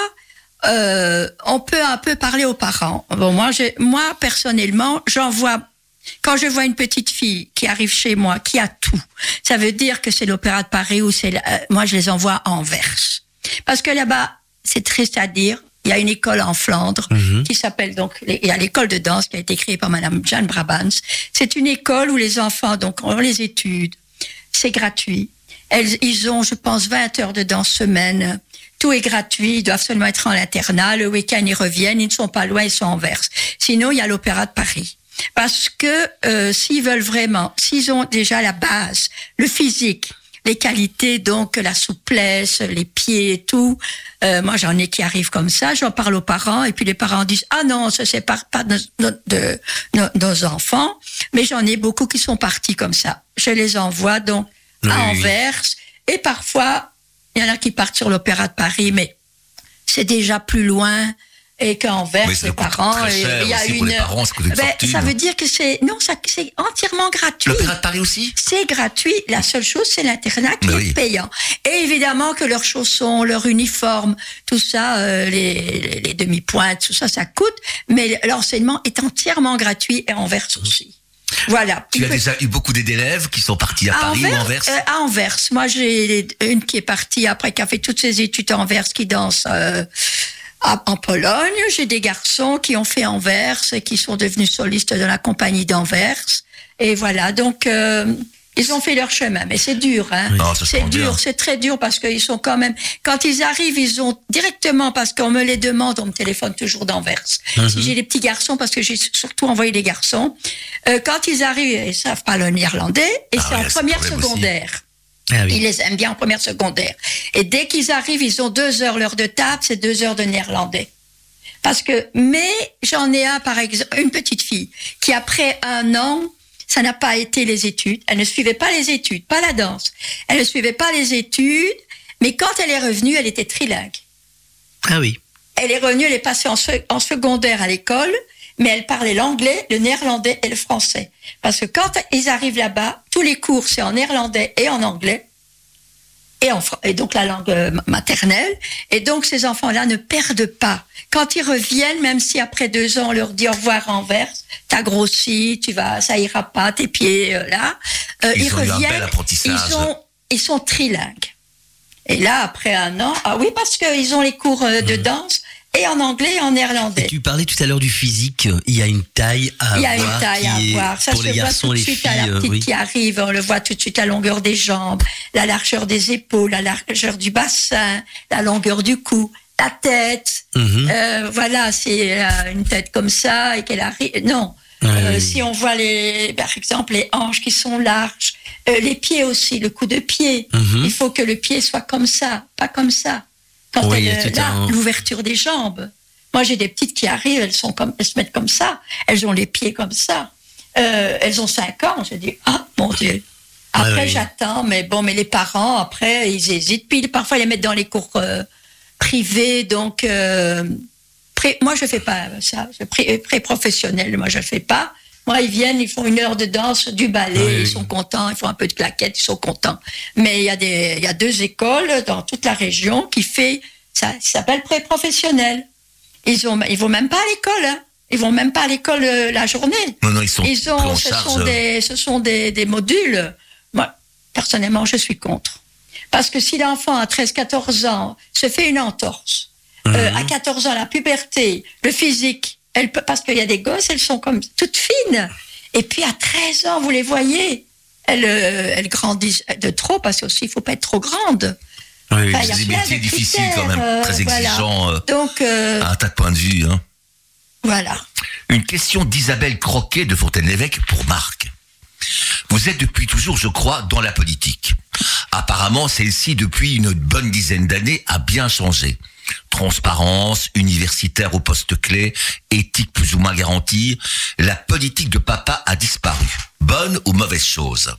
euh, on peut un peu parler aux parents. Bon, moi, je, moi personnellement, j'en vois. Quand je vois une petite fille qui arrive chez moi, qui a tout, ça veut dire que c'est l'Opéra de Paris ou c'est, la- euh, moi je les envoie à Anvers. Parce que là-bas, c'est triste à dire, il y a une école en Flandre Mhm. qui s'appelle donc, il y a l'école de danse qui a été créée par Madame Jeanne Brabants. C'est une école où les enfants donc ont les études, c'est gratuit. Elles, ils ont, je pense, vingt heures de danse semaine. Tout est gratuit, ils doivent seulement être en internat. Le week-end, ils reviennent, ils ne sont pas loin, ils sont à Anvers. Sinon, il y a l'Opéra de Paris. Parce que euh, s'ils veulent vraiment, s'ils ont déjà la base, le physique, les qualités, donc la souplesse, les pieds et tout, euh, moi j'en ai qui arrivent comme ça, j'en parle aux parents et puis les parents disent « Ah non, ça c'est pas, pas de, de, de, de nos enfants », mais j'en ai beaucoup qui sont partis comme ça. Je les envoie donc Oui, à oui. Anvers et parfois, il y en a qui partent sur l'Opéra de Paris, mais c'est déjà plus loin et qu'Anvers, Mais ça les coûte parents, très cher il y a aussi une... pour les parents, ça coûte une Ben, fortune. ça veut dire que c'est... Non, ça, c'est entièrement gratuit. L'Opéra de Paris aussi? C'est gratuit. La seule chose, c'est l'internat qui Mais est oui. payant. Et évidemment que leurs chaussons, leur uniforme, tout ça, euh, les, les, les demi-pointes, tout ça, ça coûte. Mais l'enseignement est entièrement gratuit et Anvers aussi. Voilà. Tu Il as peut- déjà eu beaucoup d'élèves qui sont partis à, Paris ou Anvers? euh, à Anvers. Moi, j'ai une qui est partie après, qui a fait toutes ses études à Anvers, qui danse euh, à- en Pologne. J'ai des garçons qui ont fait Anvers et qui sont devenus solistes de la compagnie d'Anvers. Et voilà, donc euh, ils ont fait leur chemin. Mais c'est dur, hein. Oui. Ah, ça se C'est prend bien. dur, c'est très dur parce qu'ils sont quand même... Quand ils arrivent, ils ont directement, parce qu'on me les demande, on me téléphone toujours d'Anvers. Si j'ai des petits garçons, parce que j'ai surtout envoyé des garçons, euh, quand ils arrivent, ils savent pas le néerlandais, et Ah c'est ouais, en c'est première le problème aussi. secondaire. Ah oui. Ils les aiment bien en première secondaire. Et dès qu'ils arrivent, ils ont deux heures l'heure de table, c'est deux heures de néerlandais. Parce que, mais j'en ai un, par exemple, une petite fille, qui après un an, ça n'a pas été les études. Elle ne suivait pas les études, pas la danse. Elle ne suivait pas les études, mais quand elle est revenue, elle était trilingue. Ah oui. Elle est revenue, elle est passée en, se- en secondaire à l'école, mais elle parlait l'anglais, le néerlandais et le français. Parce que quand ils arrivent là-bas, tous les cours, c'est en néerlandais et en anglais, et, en, fr- et donc la langue euh, maternelle. Et donc, ces enfants-là ne perdent pas. Quand ils reviennent, même si après deux ans, on leur dit au revoir à Anvers, t'as grossi, tu vas, ça ira pas, tes pieds, euh, là. Euh, Ils ils ont eu un reviennent, bel apprentissage. ils sont, ils sont trilingues. Et là, après un an, ah oui, parce qu'ils ont les cours euh, de danse, et en anglais et en Et néerlandais. tu parlais tout à l'heure du physique. Il y a une taille à Il y a avoir. une taille à qui est- avoir. Ça pour se les voit garçons, tout de les suite filles. à la euh, petite oui. qui arrive. On le voit tout de suite la longueur des jambes, la largeur des épaules, la largeur du bassin, la longueur du cou, la tête. Mhm. Euh, voilà, c'est euh, une tête comme ça et qu'elle arrive. Non. Ouais, Euh, oui. Si on voit les, par exemple, les hanches qui sont larges, euh, les pieds aussi, le coup de pied. Mhm. Il faut que le pied soit comme ça, pas comme ça. Quand Oui, elle, il y a euh, tout là, un- l'ouverture des jambes. Moi, j'ai des petites qui arrivent, elles sont comme, elles se mettent comme ça, elles ont les pieds comme ça. Euh, elles ont cinq ans. Je dis, ah, mon Dieu. Après, Ouais, ouais. j'attends, mais bon, mais les parents, après, ils hésitent. Puis parfois, ils les mettent dans les cours euh, privés, donc. Euh, pré- moi, je fais pas ça. Je pré- pré-professionnel, moi, je fais pas. Moi, ils viennent, ils font une heure de danse, du ballet, Oui, ils oui. sont contents, ils font un peu de claquettes, ils sont contents. Mais il y a des, il y a deux écoles dans toute la région qui fait ça, ça s'appelle pré-professionnel. Ils ont, ils vont même pas à l'école, hein. Ils vont même pas à l'école euh, la journée. Non, non, ils sont Ils pris en ont, ce charge. sont des, ce sont des, des modules. Moi, personnellement, je suis contre. Parce que si l'enfant à treize quatorze ans se fait une entorse, euh, à quatorze ans, la puberté, le physique, elle peut, parce qu'il y a des gosses, elles sont comme toutes fines. Et puis à treize ans, vous les voyez, elles, euh, elles grandissent de trop, parce qu'aussi, il faut pas être trop grande. Oui, oui. Enfin, il y a C'est des plein métiers de difficiles quand même, critères, très euh, voilà. exigeants euh, Donc, euh, à un tas de points de vue. Hein. voilà. Une question d'Isabelle Croquet de Fontaine-l'Évêque pour Marc. Vous êtes depuis toujours, je crois, dans la politique. Apparemment, celle-ci, depuis une bonne dizaine d'années, a bien changé. Transparence, universitaire au poste clé, éthique plus ou moins garantie. La politique de papa a disparu. mauvaise chose.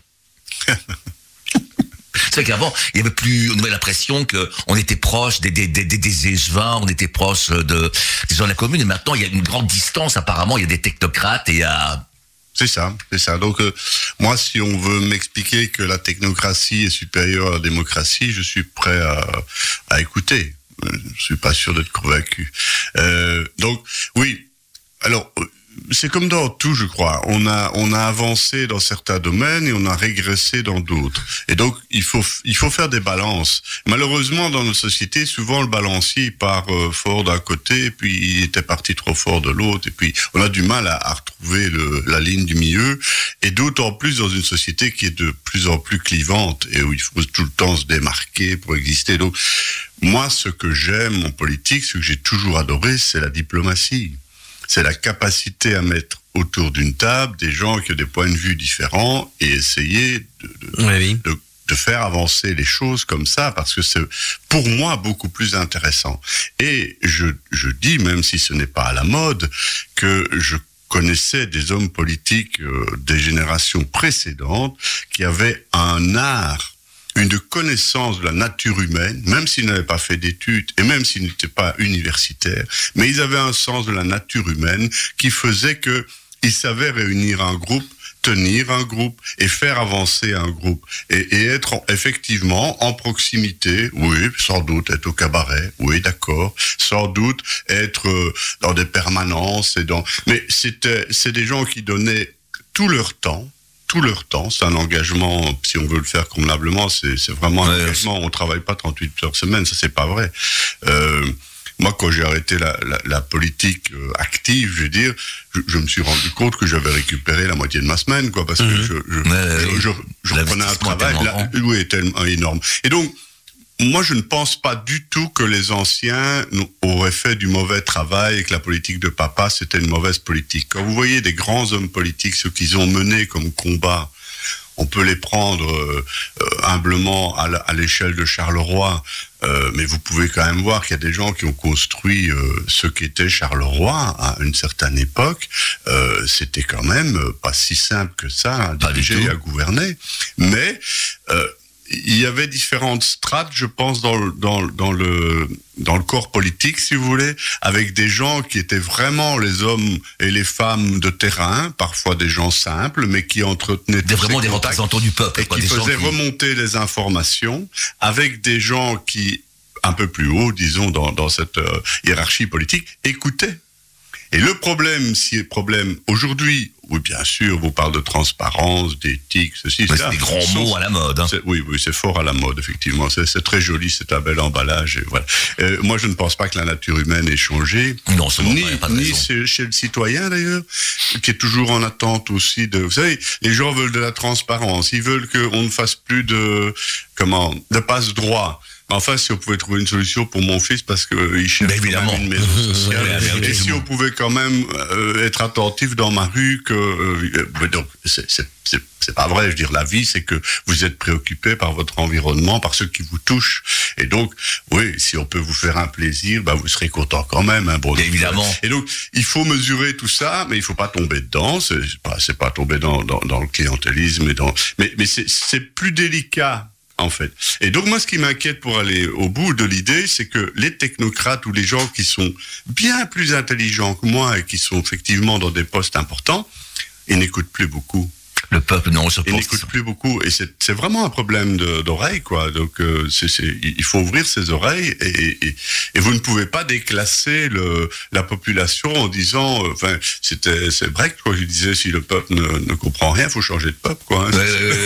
C'est vrai qu'avant, il y avait plus, on avait l'impression que on était proche des, des, des, des, des échevins, on était proche de, des gens de la commune, et maintenant, il y a une grande distance, apparemment, il y a des technocrates et il y a... C'est ça, c'est ça. Donc, euh, moi, si on veut m'expliquer que la technocratie est supérieure à la démocratie, je suis prêt à, à écouter. Je suis pas sûr d'être convaincu. Euh, donc, oui. Alors, c'est comme dans tout, je crois. On a, on a avancé dans certains domaines et on a régressé dans d'autres. Et donc, il faut, il faut faire des balances. Malheureusement, dans nos sociétés, souvent le balancier part euh, fort d'un côté, et puis il était parti trop fort de l'autre, et puis on a du mal à, à retrouver le, la ligne du milieu. Et d'autant plus dans une société qui est de plus en plus clivante et où il faut tout le temps se démarquer pour exister. Donc, moi, ce que j'aime en politique, ce que j'ai toujours adoré, c'est la diplomatie. C'est la capacité à mettre autour d'une table des gens qui ont des points de vue différents et essayer de, de, oui. de, de faire avancer les choses comme ça, parce que c'est pour moi beaucoup plus intéressant. Et je, je dis, même si ce n'est pas à la mode, que je connaissais des hommes politiques euh, des générations précédentes qui avaient un art, une connaissance de la nature humaine, même s'ils n'avaient pas fait d'études et même s'ils n'étaient pas universitaires, mais ils avaient un sens de la nature humaine qui faisait qu'ils savaient réunir un groupe, tenir un groupe et faire avancer un groupe et, et être en, effectivement en proximité, oui, sans doute être au cabaret, oui, d'accord, sans doute être euh, dans des permanences et dans, mais c'était, c'est des gens qui donnaient tout leur temps, tout leur temps, c'est un engagement, si on veut le faire convenablement, c'est, c'est vraiment un ouais, engagement, on travaille pas trente-huit heures semaine, ça c'est pas vrai. Euh, moi, quand j'ai arrêté la, la, la politique euh, active, je veux dire, je, je me suis rendu compte que j'avais récupéré la moitié de ma semaine, quoi, parce que mmh. je, je, ouais, je, je, je reprenais un travail, là, oui, tellement énorme. Et donc, moi, je ne pense pas du tout que les anciens auraient fait du mauvais travail et que la politique de papa, c'était une mauvaise politique. Quand vous voyez des grands hommes politiques, ce qu'ils ont mené comme combat, on peut les prendre euh, humblement à, la, à l'échelle de Charleroi, euh, mais vous pouvez quand même voir qu'il y a des gens qui ont construit euh, ce qu'était Charleroi à une certaine époque. Euh, c'était quand même pas si simple que ça à diriger et à gouverner. Mais... Euh, il y avait différentes strates, je pense, dans le, dans, dans le, dans le corps politique, si vous voulez, avec des gens qui étaient vraiment les hommes et les femmes de terrain, parfois des gens simples, mais qui entretenaient des vraiment des représentants du peuple, et quoi, qui des faisaient qui... remonter les informations, avec des gens qui, un peu plus haut, disons, dans, dans cette euh, hiérarchie politique, écoutaient. Et le problème, si le problème aujourd'hui, oui, bien sûr, vous parlez de transparence, d'éthique, ceci, mais ça. C'est des grands sont, mots à la mode. Hein. Oui, oui, c'est fort à la mode, effectivement. C'est, c'est très joli, c'est un bel emballage. Et voilà. Euh, moi, je ne pense pas que la nature humaine ait changé. Non, c'est bon, ni, pas de ni chez, chez le citoyen, d'ailleurs, qui est toujours en attente aussi de... Vous savez, les gens veulent de la transparence. Ils veulent qu'on ne fasse plus de... Comment? De passe-droit. Enfin, si on pouvait trouver une solution pour mon fils, parce qu'il cherche quand même une maison sociale. Et si on pouvait quand même euh, être attentif dans ma rue, que euh, donc c'est, c'est, c'est, c'est pas vrai. Je veux dire, la vie, c'est que vous êtes préoccupé par votre environnement, par ceux qui vous touchent. Et donc, oui, si on peut vous faire un plaisir, bah vous serez content quand même. Hein, bon, évidemment. Et donc, il faut mesurer tout ça, mais il faut pas tomber dedans. C'est pas, c'est pas tomber dans, dans, dans le clientélisme et dans. Mais, mais c'est, c'est plus délicat. En fait. Et donc moi, ce qui m'inquiète pour aller au bout de l'idée, c'est que les technocrates ou les gens qui sont bien plus intelligents que moi et qui sont effectivement dans des postes importants, ils n'écoutent plus beaucoup. Le peuple, non, je pense. Ils n'écoutent plus beaucoup. Et c'est, c'est vraiment un problème de, d'oreille, quoi. Donc, euh, c'est, c'est, il faut ouvrir ses oreilles et, et, et vous ne pouvez pas déclasser le, la population en disant, euh, enfin, c'était, c'est Brecht, quoi. Il disait, si le peuple ne, ne comprend rien, il faut changer de peuple, quoi. Hein.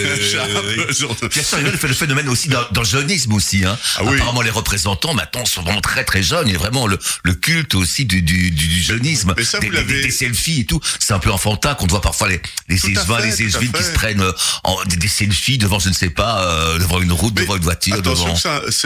Bien sûr, il y a le phénomène aussi dans, dans le jeunisme aussi, hein. Ah, oui. Apparemment, les représentants, maintenant, sont vraiment très, très jeunes. Il y a vraiment le, le culte aussi du, du, du, du jeunisme. Mais ça, des, vous l'avez... des, des selfies et tout. C'est un peu enfantin qu'on voit parfois les, les échevins, les échevines qui se prennent en, des, des selfies devant, je ne sais pas, euh, devant une route, mais devant une voiture. Attention, devant... ça, c'est, c'est,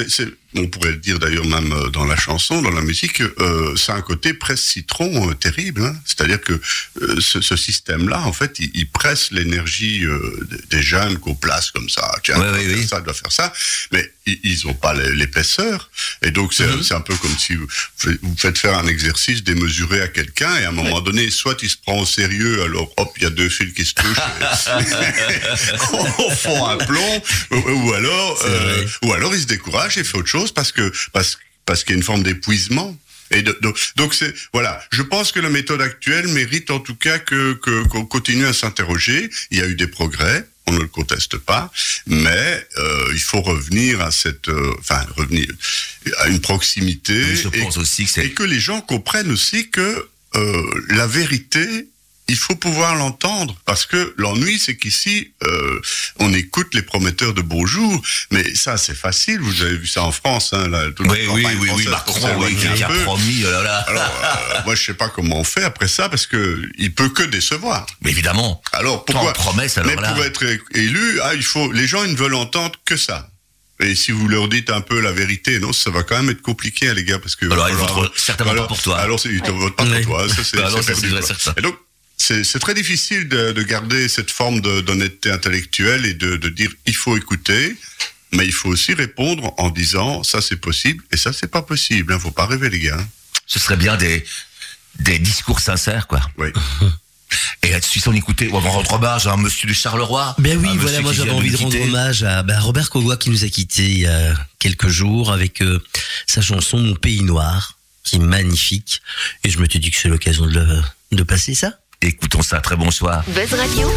on pourrait le dire d'ailleurs même dans la chanson, dans la musique, euh, c'est un côté presse-citron euh, terrible. Hein. C'est-à-dire que euh, ce, ce système-là, en fait, il, il presse l'énergie euh, des jeunes qu'on place comme ça. Tiens, ouais, doit oui, faire oui. ça, doit faire ça. Mais ils n'ont pas l'épaisseur. Et donc, c'est, mm-hmm. c'est un peu comme si vous, vous faites faire un exercice démesuré à quelqu'un et à un moment ouais. donné, soit il se prend au sérieux, alors hop, il y a deux fils qui se touchent au fond un plomb, ou, ou alors, euh, ou alors il se décourage et fait autre chose parce que parce parce qu'il y a une forme d'épuisement. Et de, de, donc c'est voilà. Je pense que la méthode actuelle mérite en tout cas que, que qu'on continue à s'interroger. Il y a eu des progrès, on ne le conteste pas, mais euh, il faut revenir à cette, euh, enfin revenir à une proximité. Oui, je pense et, aussi que c'est et que les gens comprennent aussi que euh, la vérité. Il faut pouvoir l'entendre, parce que l'ennui, c'est qu'ici, euh, on écoute les prometteurs de beaux jours, mais ça, c'est facile, vous avez vu ça en France, hein, là, toute oui, la oui, campagne oui, oui, française Macron, oui, qui a promis, oh là là. Alors, euh, moi, je sais pas comment on fait après ça, parce que il peut que décevoir. Mais évidemment. Alors, pourquoi? Tant de promesses, alors mais là. pour être élu, ah, il faut, les gens, ils ne veulent entendre que ça. Et si vous leur dites un peu la vérité, non, ça va quand même être compliqué, hein, les gars, parce que... Alors, va ils falloir... voteront certainement alors, pas pour toi. Alors, c'est, ils ne votent pas pour toi, ça, c'est, bah, non, c'est, c'est, perdu, c'est certain. Et donc, C'est, c'est très difficile de, de garder cette forme de, d'honnêteté intellectuelle et de, de dire il faut écouter, mais il faut aussi répondre en disant ça c'est possible et ça c'est pas possible. Hein, faut pas rêver les gars. Hein. Ce serait bien des des discours sincères quoi. Oui. Et là-dessus, on écoutait, on va rendre hommage à un monsieur de Charleroi. Ben oui, voilà, moi j'avais envie de rendre quitter. hommage à ben, Robert Cogua qui nous a quittés il y a quelques jours avec euh, sa chanson Mon Pays Noir, qui est magnifique. Et je me suis dit que c'est l'occasion de, le, de passer ça. Écoutons ça, très bon soir. Buzz Radio.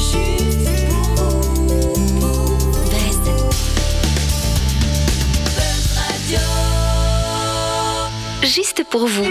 Buzz. Buzz Radio. Juste pour vous.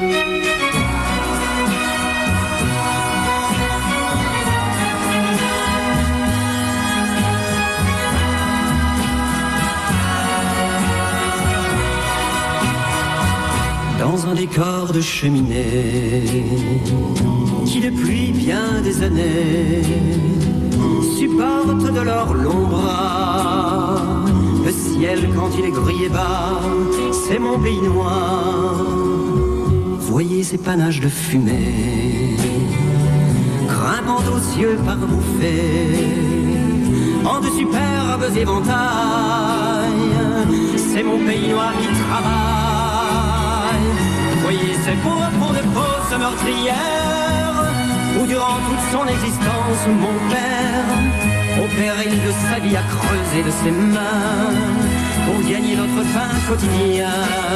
Dans un décor de cheminée qui depuis bien des années supporte de leur long bras le ciel quand il est gris et bas, c'est mon pays noir. Voyez ces panaches de fumée grimpant aux cieux par bouffées en de superbes éventails, c'est mon pays noir qui travaille. Voyez ces pauvres de fausses meurtrières où durant toute son existence mon père, au péril de sa vie, a creusé de ses mains pour gagner notre pain quotidien.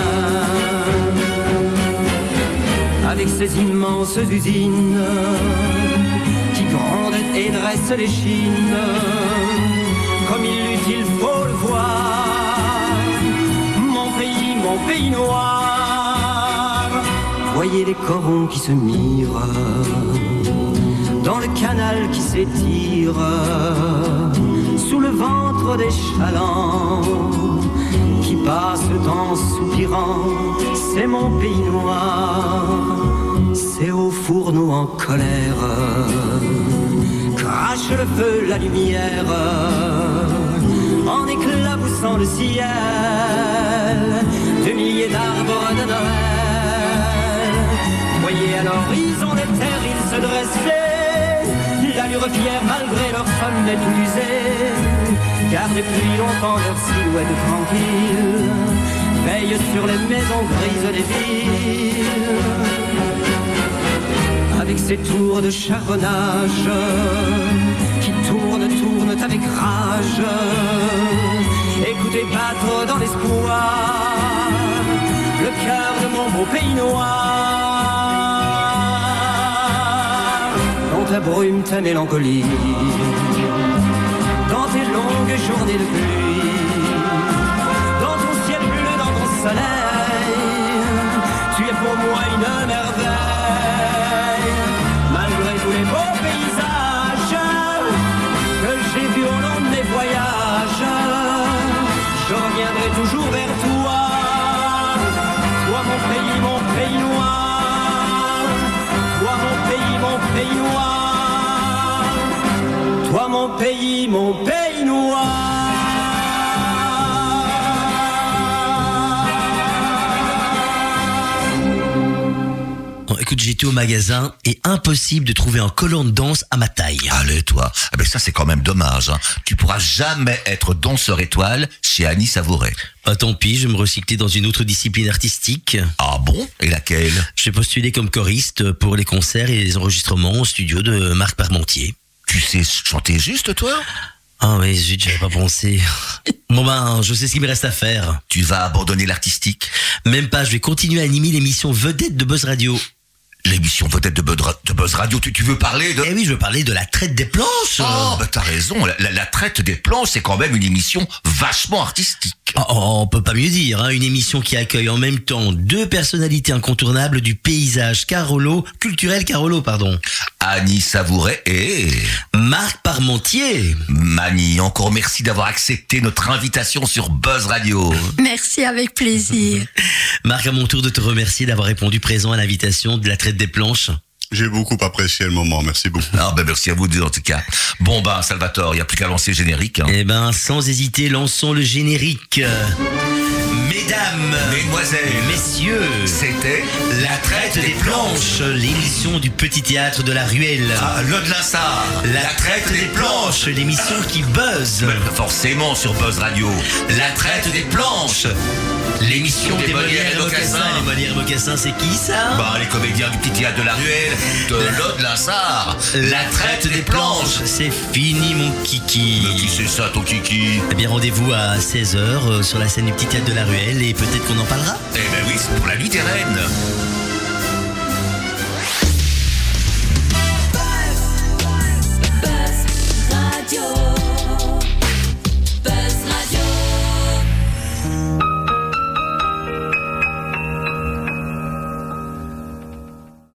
Avec ces immenses usines qui grondent et dressent les chines, comme il l'eût, il faut le voir, mon pays, mon pays noir. Voyez les corons qui se mirent dans le canal qui s'étire sous le ventre des chalands qui passent en soupirant, c'est mon pays noir. C'est au fourneau en colère crache le feu, la lumière en éclaboussant le ciel de milliers d'arbres de Noël. Voyez à l'horizon les terres, ils se dressaient, l'allure fière malgré leur sommet tout usé, car depuis longtemps leur silhouette tranquille veille sur les maisons grises des villes. Avec ses tours de charbonnage qui tournent, tournent avec rage, écoutez battre dans l'espoir le cœur de mon beau pays noir. Dans ta brume, ta mélancolie, dans tes longues journées de pluie, dans ton ciel bleu, dans ton soleil, tu es pour moi une merveille. Malgré tous les beaux paysages que j'ai vus au long de mes voyages, je reviendrai toujours vers toi, toi mon pays, mon pays noir, toi mon pays, mon pays noir, toi mon pays, mon pays noir. j'étais au magasin et impossible de trouver un collant de danse à ma taille. Allez, toi. Ah ben ça, c'est quand même dommage. Hein. Tu pourras jamais être danseur étoile chez Annie Savouret. Bah, tant pis, je vais me recycler dans une autre discipline artistique. Ah bon? Et laquelle? J'ai postulé comme choriste pour les concerts et les enregistrements au studio de Marc Parmentier. Tu sais chanter juste, toi? Ah oui, zut, j'avais pas pensé. Bon ben, je sais ce qu'il me reste à faire. Tu vas abandonner l'artistique? Même pas, je vais continuer à animer l'émission Vedette de Buzz Radio. L'émission Vedette de Buzz, de Buzz Radio, tu, tu veux parler de... Eh oui, je veux parler de la traite des planches. Oh, bah t'as raison, la, la, la traite des planches, c'est quand même une émission vachement artistique. Oh, oh, on peut pas mieux dire, hein, une émission qui accueille en même temps deux personnalités incontournables du paysage Carolo, culturel Carolo, pardon. Annie Savouret et... Marc Parmentier. Mani, encore merci d'avoir accepté notre invitation sur Buzz Radio. Merci, avec plaisir. Marc, à mon tour de te remercier d'avoir répondu présent à l'invitation de la traite des planches. J'ai beaucoup apprécié le moment, merci beaucoup. Ah ben merci à vous deux en tout cas. Bon ben Salvatore, il n'y a plus qu'à lancer le générique. Hein. Eh ben sans hésiter, lançons le générique. Mesdames, Mesdemoiselles, Messieurs, c'était La traite des planches, l'émission du petit théâtre de la Ruelle. Ah, Lode Linsart, La traite des planches, l'émission qui buzz. Mais forcément sur Buzz Radio. La traite des planches, l'émission des Molières et Mocassins. Les Molières et Mocassins, c'est qui ça? Bah les comédiens du petit théâtre de la Ruelle, de Lode Linsart. La traite des planches, c'est fini mon kiki. Mais qui c'est ça ton kiki? Eh bien rendez-vous à seize heures sur la scène du petit théâtre de la Ruelle et peut-être qu'on en parlera. Eh ben oui, c'est pour la nuit des reines.